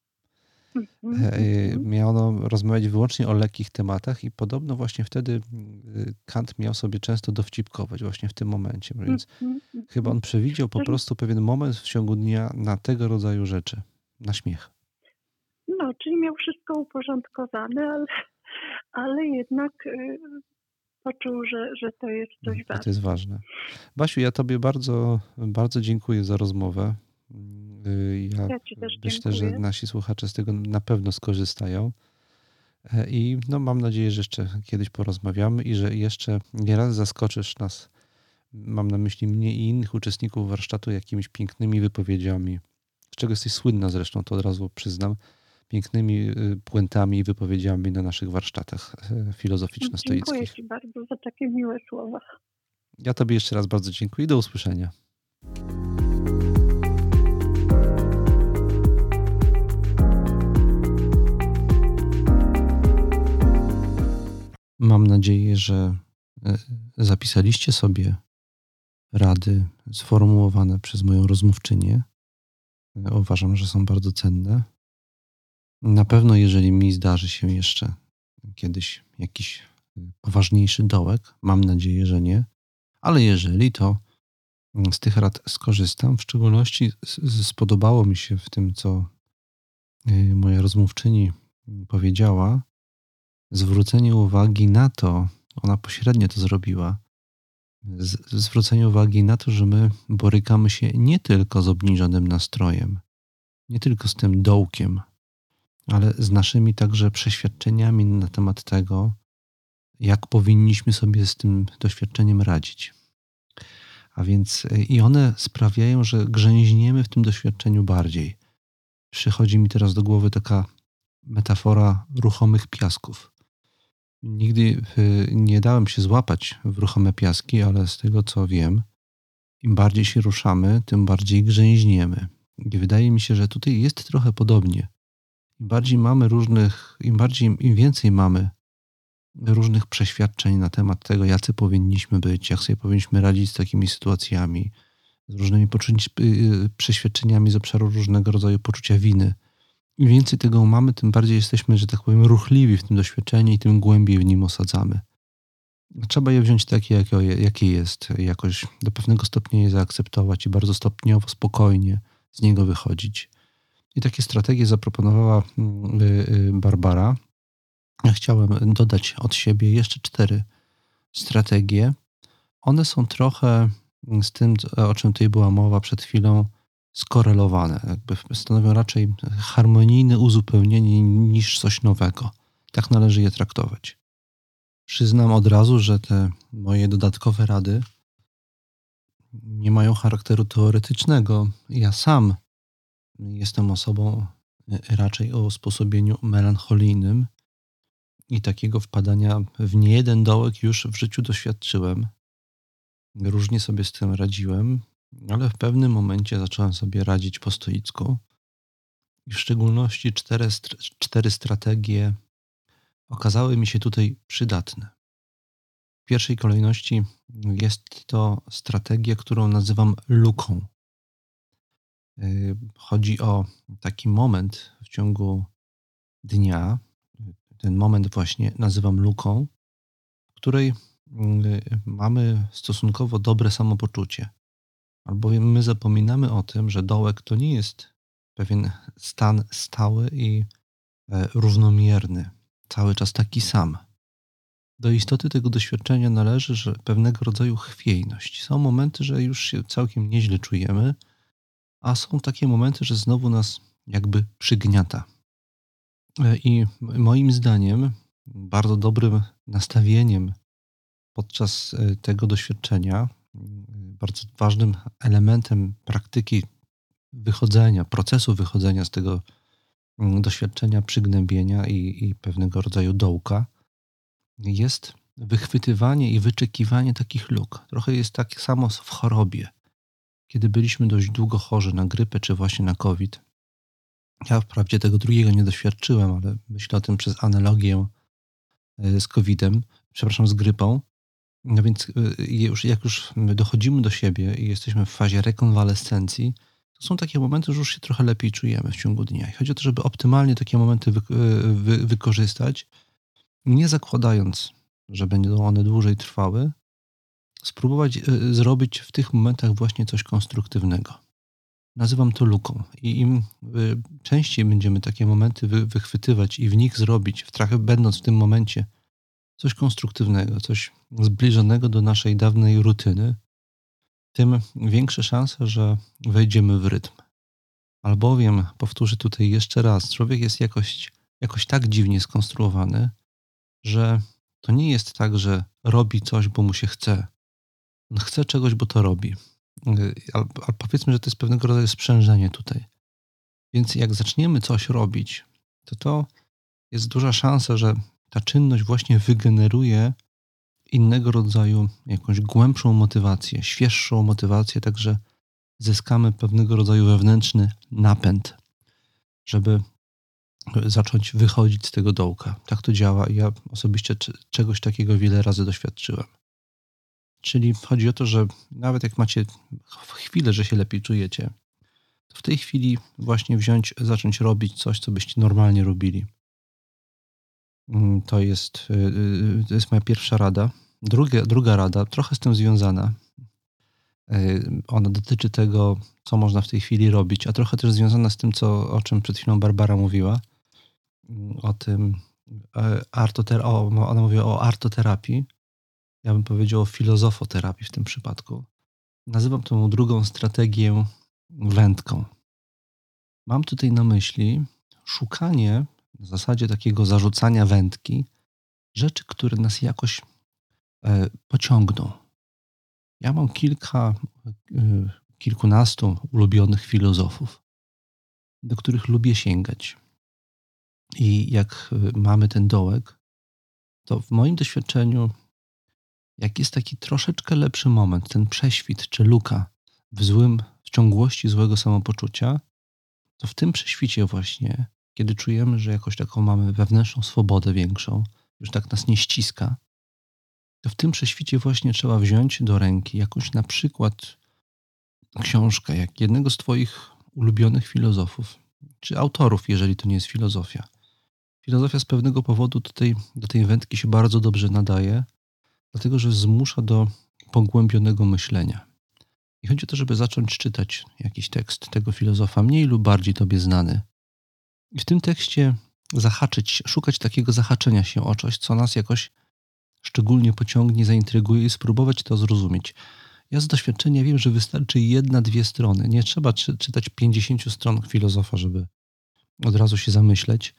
Miano rozmawiać wyłącznie o lekkich tematach i podobno właśnie wtedy Kant miał sobie często dowcipkować właśnie w tym momencie. Więc chyba on przewidział po prostu pewien moment w ciągu dnia na tego rodzaju rzeczy, na śmiech. No, czyli miał wszystko uporządkowane, ale jednak poczuł, że to jest coś ważnego. To jest ważne. Basiu, ja tobie bardzo, bardzo dziękuję za rozmowę. Ja ci też myślę, dziękuję. że nasi słuchacze z tego na pewno skorzystają. I mam nadzieję, że jeszcze kiedyś porozmawiamy i że jeszcze nie raz zaskoczysz nas, mam na myśli mnie i innych uczestników warsztatu, jakimiś pięknymi wypowiedziami, z czego jesteś słynna zresztą, to od razu przyznam, pięknymi puentami i wypowiedziami na naszych warsztatach filozoficzno-stoickich. Dziękuję ci bardzo za takie miłe słowa. Ja tobie jeszcze raz bardzo dziękuję i do usłyszenia. Mam nadzieję, że zapisaliście sobie rady sformułowane przez moją rozmówczynię. Uważam, że są bardzo cenne. Na pewno, jeżeli mi zdarzy się jeszcze kiedyś jakiś poważniejszy dołek, mam nadzieję, że nie, ale jeżeli, to z tych rad skorzystam. W szczególności spodobało mi się w tym, co moja rozmówczyni powiedziała, zwrócenie uwagi na to, ona pośrednio to zrobiła, zwrócenie uwagi na to, że my borykamy się nie tylko z obniżonym nastrojem, nie tylko z tym dołkiem, ale z naszymi także przeświadczeniami na temat tego, jak powinniśmy sobie z tym doświadczeniem radzić. A więc i one sprawiają, że grzęźniemy w tym doświadczeniu bardziej. Przychodzi mi teraz do głowy taka metafora ruchomych piasków. Nigdy nie dałem się złapać w ruchome piaski, ale z tego co wiem, im bardziej się ruszamy, tym bardziej grzęźniemy. I wydaje mi się, że tutaj jest trochę podobnie. Im więcej mamy różnych przeświadczeń na temat tego, jacy powinniśmy być, jak sobie powinniśmy radzić z takimi sytuacjami, z różnymi przeświadczeniami z obszaru różnego rodzaju poczucia winy. Im więcej tego mamy, tym bardziej jesteśmy, że tak powiem, ruchliwi w tym doświadczeniu i tym głębiej w nim osadzamy. Trzeba je wziąć takie, jakie jest, jakoś do pewnego stopnia je zaakceptować i bardzo stopniowo, spokojnie z niego wychodzić. I takie strategie zaproponowała Barbara. Ja chciałem dodać od siebie jeszcze 4 strategie. One są trochę z tym, o czym tutaj była mowa przed chwilą, skorelowane. Jakby stanowią raczej harmonijne uzupełnienie niż coś nowego. Tak należy je traktować. Przyznam od razu, że te moje dodatkowe rady nie mają charakteru teoretycznego. Ja sam jestem osobą raczej o usposobieniu melancholijnym i takiego wpadania w niejeden dołek już w życiu doświadczyłem. Różnie sobie z tym radziłem, ale w pewnym momencie zacząłem sobie radzić po stoicku. I w szczególności 4 strategie okazały mi się tutaj przydatne. W pierwszej kolejności jest to strategia, którą nazywam luką. Chodzi o taki moment w ciągu dnia, ten moment właśnie nazywam luką, w której mamy stosunkowo dobre samopoczucie. Albowiem my zapominamy o tym, że dołek to nie jest pewien stan stały i równomierny, cały czas taki sam. Do istoty tego doświadczenia należy, że pewnego rodzaju chwiejność. Są momenty, że już się całkiem nieźle czujemy, a są takie momenty, że znowu nas jakby przygniata. I moim zdaniem bardzo dobrym nastawieniem podczas tego doświadczenia, bardzo ważnym elementem praktyki wychodzenia, procesu wychodzenia z tego doświadczenia przygnębienia i pewnego rodzaju dołka jest wychwytywanie i wyczekiwanie takich luk. Trochę jest tak samo w chorobie. Kiedy byliśmy dość długo chorzy na grypę czy właśnie na COVID, ja wprawdzie tego drugiego nie doświadczyłem, ale myślę o tym przez analogię z COVID-em, z grypą. No więc jak już dochodzimy do siebie i jesteśmy w fazie rekonwalescencji, to są takie momenty, że już się trochę lepiej czujemy w ciągu dnia. I chodzi o to, żeby optymalnie takie momenty wykorzystać, nie zakładając, że będą one dłużej trwały, spróbować zrobić w tych momentach właśnie coś konstruktywnego. Nazywam to luką. I im częściej będziemy takie momenty wychwytywać i w nich zrobić, będąc w tym momencie, coś konstruktywnego, coś zbliżonego do naszej dawnej rutyny, tym większe szanse, że wejdziemy w rytm. Albowiem, powtórzę tutaj jeszcze raz, człowiek jest jakoś tak dziwnie skonstruowany, że to nie jest tak, że robi coś, bo mu się chce. On chce czegoś, bo to robi. Ale powiedzmy, że to jest pewnego rodzaju sprzężenie tutaj. Więc jak zaczniemy coś robić, to jest duża szansa, że ta czynność właśnie wygeneruje innego rodzaju jakąś głębszą motywację, świeższą motywację, także zyskamy pewnego rodzaju wewnętrzny napęd, żeby zacząć wychodzić z tego dołka. Tak to działa i ja osobiście czegoś takiego wiele razy doświadczyłem. Czyli chodzi o to, że nawet jak macie chwilę, że się lepiej czujecie, to w tej chwili właśnie zacząć robić coś, co byście normalnie robili. To jest moja pierwsza rada. Druga rada, trochę z tym związana. Ona dotyczy tego, co można w tej chwili robić, a trochę też związana z tym, o czym przed chwilą Barbara mówiła. O tym ona mówiła o artoterapii. Ja bym powiedział o filozofoterapii w tym przypadku. Nazywam tą drugą strategię wędką. Mam tutaj na myśli szukanie w zasadzie takiego zarzucania wędki rzeczy, które nas jakoś pociągną. Ja mam kilkunastu ulubionych filozofów. do których lubię sięgać. I jak mamy ten dołek, to w moim doświadczeniu, jak jest taki troszeczkę lepszy moment, ten prześwit czy luka w ciągłości złego samopoczucia, to w tym prześwicie właśnie, kiedy czujemy, że jakoś taką mamy wewnętrzną swobodę większą, już tak nas nie ściska, to w tym prześwicie właśnie trzeba wziąć do ręki jakąś na przykład książkę, jak jednego z Twoich ulubionych filozofów, czy autorów, jeżeli to nie jest filozofia. Filozofia z pewnego powodu do tej wędki się bardzo dobrze nadaje, dlatego że zmusza do pogłębionego myślenia. I chodzi o to, żeby zacząć czytać jakiś tekst tego filozofa, mniej lub bardziej Tobie znany. I w tym tekście szukać takiego zahaczenia się o coś, co nas jakoś szczególnie pociągnie, zaintryguje i spróbować to zrozumieć. Ja z doświadczenia wiem, że wystarczy 1-2 strony. Nie trzeba czytać 50 stron filozofa, żeby od razu się zamyśleć.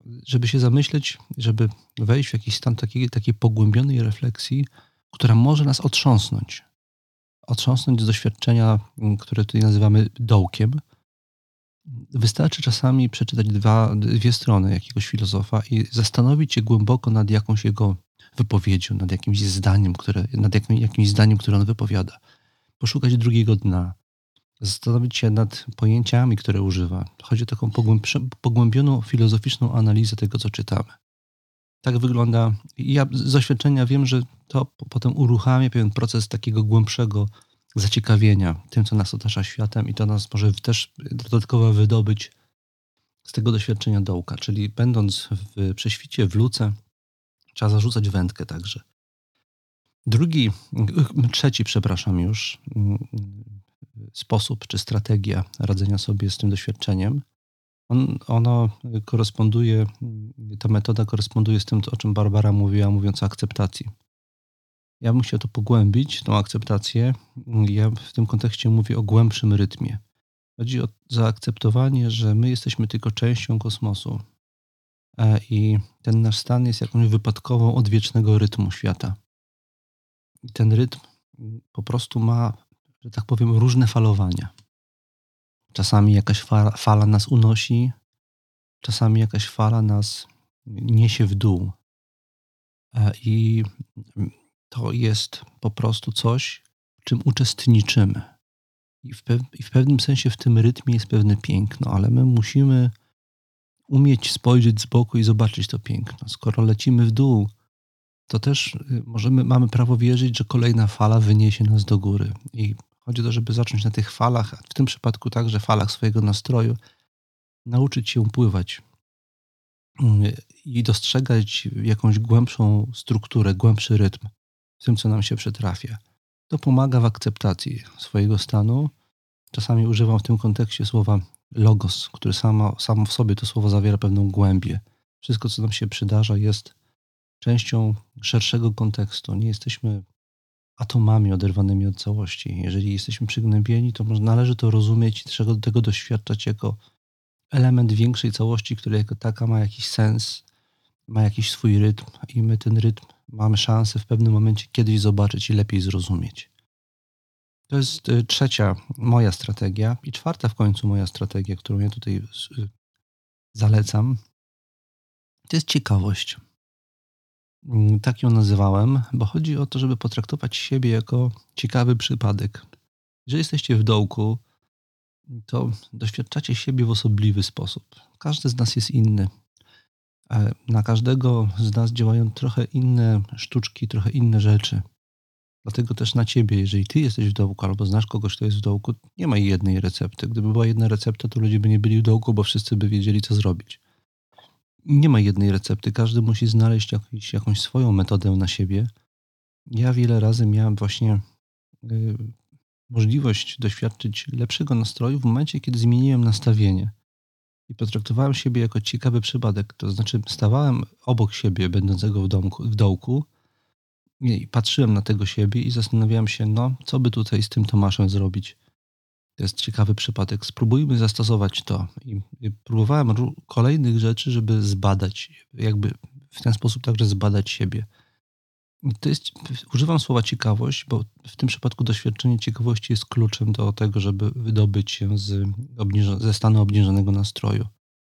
Żeby wejść w jakiś stan takiej pogłębionej refleksji, która może nas otrząsnąć. Otrząsnąć z doświadczenia, które tutaj nazywamy dołkiem. Wystarczy czasami przeczytać 2 strony jakiegoś filozofa i zastanowić się głęboko nad jakąś jego wypowiedzią, nad jakimś zdaniem, które on wypowiada. Poszukać drugiego dna. Zastanowić się nad pojęciami, które używa. Chodzi o taką pogłębioną filozoficzną analizę tego, co czytamy. Tak wygląda. I ja z doświadczenia wiem, że to potem uruchamia pewien proces takiego głębszego zaciekawienia tym, co nas otacza światem, i to nas może też dodatkowo wydobyć z tego doświadczenia dołka. Czyli będąc w prześwicie, w luce, trzeba zarzucać wędkę także. Trzeci sposób czy strategia radzenia sobie z tym doświadczeniem, ta metoda koresponduje z tym, o czym Barbara mówiła, mówiąc o akceptacji. Ja bym chciał to pogłębić, tą akceptację. Ja w tym kontekście mówię o głębszym rytmie. Chodzi o zaakceptowanie, że my jesteśmy tylko częścią kosmosu i ten nasz stan jest jakąś wypadkową odwiecznego rytmu świata. I ten rytm po prostu ma, że tak powiem, różne falowania. Czasami jakaś fala nas unosi, czasami jakaś fala nas niesie w dół. I to jest po prostu coś, w czym uczestniczymy. I w pewnym sensie w tym rytmie jest pewne piękno, ale my musimy umieć spojrzeć z boku i zobaczyć to piękno. Skoro lecimy w dół, to też mamy prawo wierzyć, że kolejna fala wyniesie nas do góry. I chodzi o to, żeby zacząć na tych falach, a w tym przypadku także falach swojego nastroju, nauczyć się pływać i dostrzegać jakąś głębszą strukturę, głębszy rytm w tym, co nam się przytrafia. To pomaga w akceptacji swojego stanu. Czasami używam w tym kontekście słowa logos, które samo w sobie to słowo zawiera pewną głębię. Wszystko, co nam się przydarza, jest częścią szerszego kontekstu. Nie jesteśmy atomami oderwanymi od całości. Jeżeli jesteśmy przygnębieni, to należy to rozumieć i tego doświadczać jako element większej całości, która jako taka ma jakiś sens, ma jakiś swój rytm i my ten rytm mamy szansę w pewnym momencie kiedyś zobaczyć i lepiej zrozumieć. To jest trzecia moja strategia i czwarta w końcu moja strategia, którą ja tutaj zalecam. To jest ciekawość. Tak ją nazywałem, bo chodzi o to, żeby potraktować siebie jako ciekawy przypadek. Jeżeli jesteście w dołku, to doświadczacie siebie w osobliwy sposób. Każdy z nas jest inny. Na każdego z nas działają trochę inne sztuczki, trochę inne rzeczy. Dlatego też na ciebie, jeżeli ty jesteś w dołku albo znasz kogoś, kto jest w dołku, nie ma jednej recepty. Gdyby była jedna recepta, to ludzie by nie byli w dołku, bo wszyscy by wiedzieli, co zrobić. Nie ma jednej recepty. Każdy musi znaleźć jakąś swoją metodę na siebie. Ja wiele razy miałem właśnie możliwość doświadczyć lepszego nastroju w momencie, kiedy zmieniłem nastawienie i potraktowałem siebie jako ciekawy przypadek. To znaczy stawałem obok siebie, będącego w dołku, i patrzyłem na tego siebie i zastanawiałem się, co by tutaj z tym Tomaszem zrobić. To jest ciekawy przypadek. Spróbujmy zastosować to. I próbowałem kolejnych rzeczy, żeby zbadać, jakby w ten sposób także zbadać siebie. Używam słowa ciekawość, bo w tym przypadku doświadczenie ciekawości jest kluczem do tego, żeby wydobyć się ze stanu obniżonego nastroju.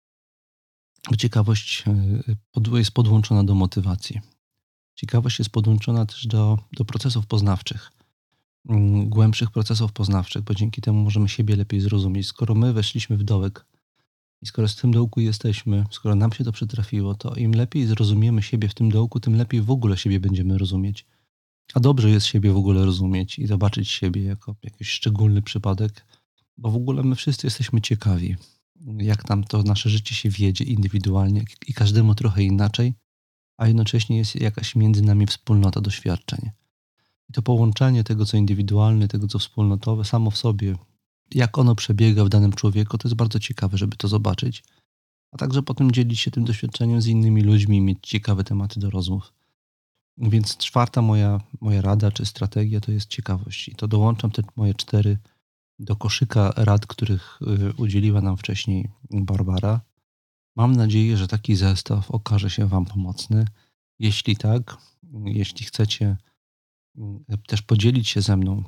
Bo ciekawość jest podłączona do motywacji. Ciekawość jest podłączona też do procesów poznawczych, głębszych procesów poznawczych, bo dzięki temu możemy siebie lepiej zrozumieć. Skoro my weszliśmy w dołek i skoro z tym dołku jesteśmy, skoro nam się to przytrafiło, to im lepiej zrozumiemy siebie w tym dołku, tym lepiej w ogóle siebie będziemy rozumieć. A dobrze jest siebie w ogóle rozumieć i zobaczyć siebie jako jakiś szczególny przypadek, bo w ogóle my wszyscy jesteśmy ciekawi, jak tam to nasze życie się wiedzie indywidualnie i każdemu trochę inaczej, a jednocześnie jest jakaś między nami wspólnota doświadczeń. I to połączenie tego, co indywidualne, tego, co wspólnotowe, samo w sobie, jak ono przebiega w danym człowieku, to jest bardzo ciekawe, żeby to zobaczyć, a także potem dzielić się tym doświadczeniem z innymi ludźmi i mieć ciekawe tematy do rozmów. Więc 4. moja rada czy strategia to jest ciekawość. I to dołączam te moje 4 do koszyka rad, których udzieliła nam wcześniej Barbara. Mam nadzieję, że taki zestaw okaże się Wam pomocny. Jeśli tak, jeśli chcecie też podzielić się ze mną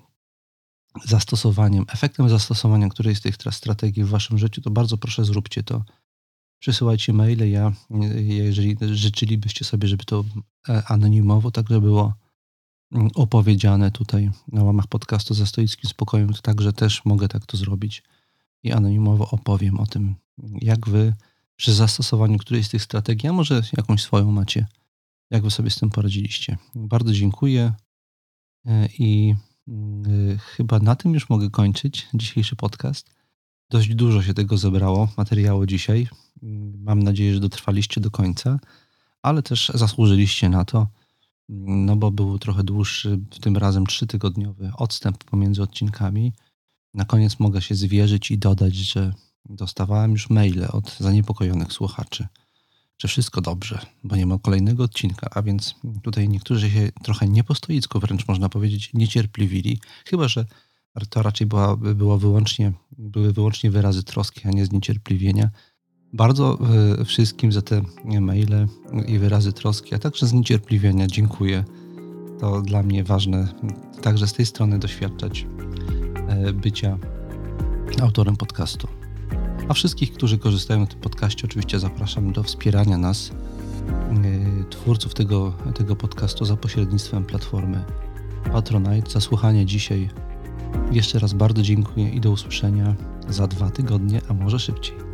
efektem zastosowania którejś z tych strategii w Waszym życiu, to bardzo proszę zróbcie to. Przesyłajcie maile. Jeżeli życzylibyście sobie, żeby to anonimowo także było opowiedziane tutaj na łamach podcastu Ze Stoickim Spokojem, to także też mogę tak to zrobić i anonimowo opowiem o tym, jak Wy przy zastosowaniu którejś z tych strategii, a może jakąś swoją macie, jak Wy sobie z tym poradziliście. Bardzo dziękuję i chyba na tym już mogę kończyć dzisiejszy podcast. Dość dużo się tego zebrało, materiału dzisiaj. Mam nadzieję, że dotrwaliście do końca, ale też zasłużyliście na to, no bo był trochę dłuższy, tym razem 3-tygodniowy odstęp pomiędzy odcinkami. Na koniec mogę się zwierzyć i dodać, że dostawałem już maile od zaniepokojonych słuchaczy, że wszystko dobrze, bo nie ma kolejnego odcinka, a więc tutaj niektórzy się trochę nie po stoicku, wręcz można powiedzieć, niecierpliwili, chyba że to raczej były wyłącznie wyrazy troski, a nie zniecierpliwienia. Bardzo wszystkim za te maile i wyrazy troski, a także zniecierpliwienia dziękuję. To dla mnie ważne także z tej strony doświadczać bycia autorem podcastu. A wszystkich, którzy korzystają na tym podcaście, oczywiście zapraszam do wspierania nas, twórców tego podcastu, za pośrednictwem platformy Patronite. Za słuchanie dzisiaj jeszcze raz bardzo dziękuję i do usłyszenia za 2 tygodnie, a może szybciej.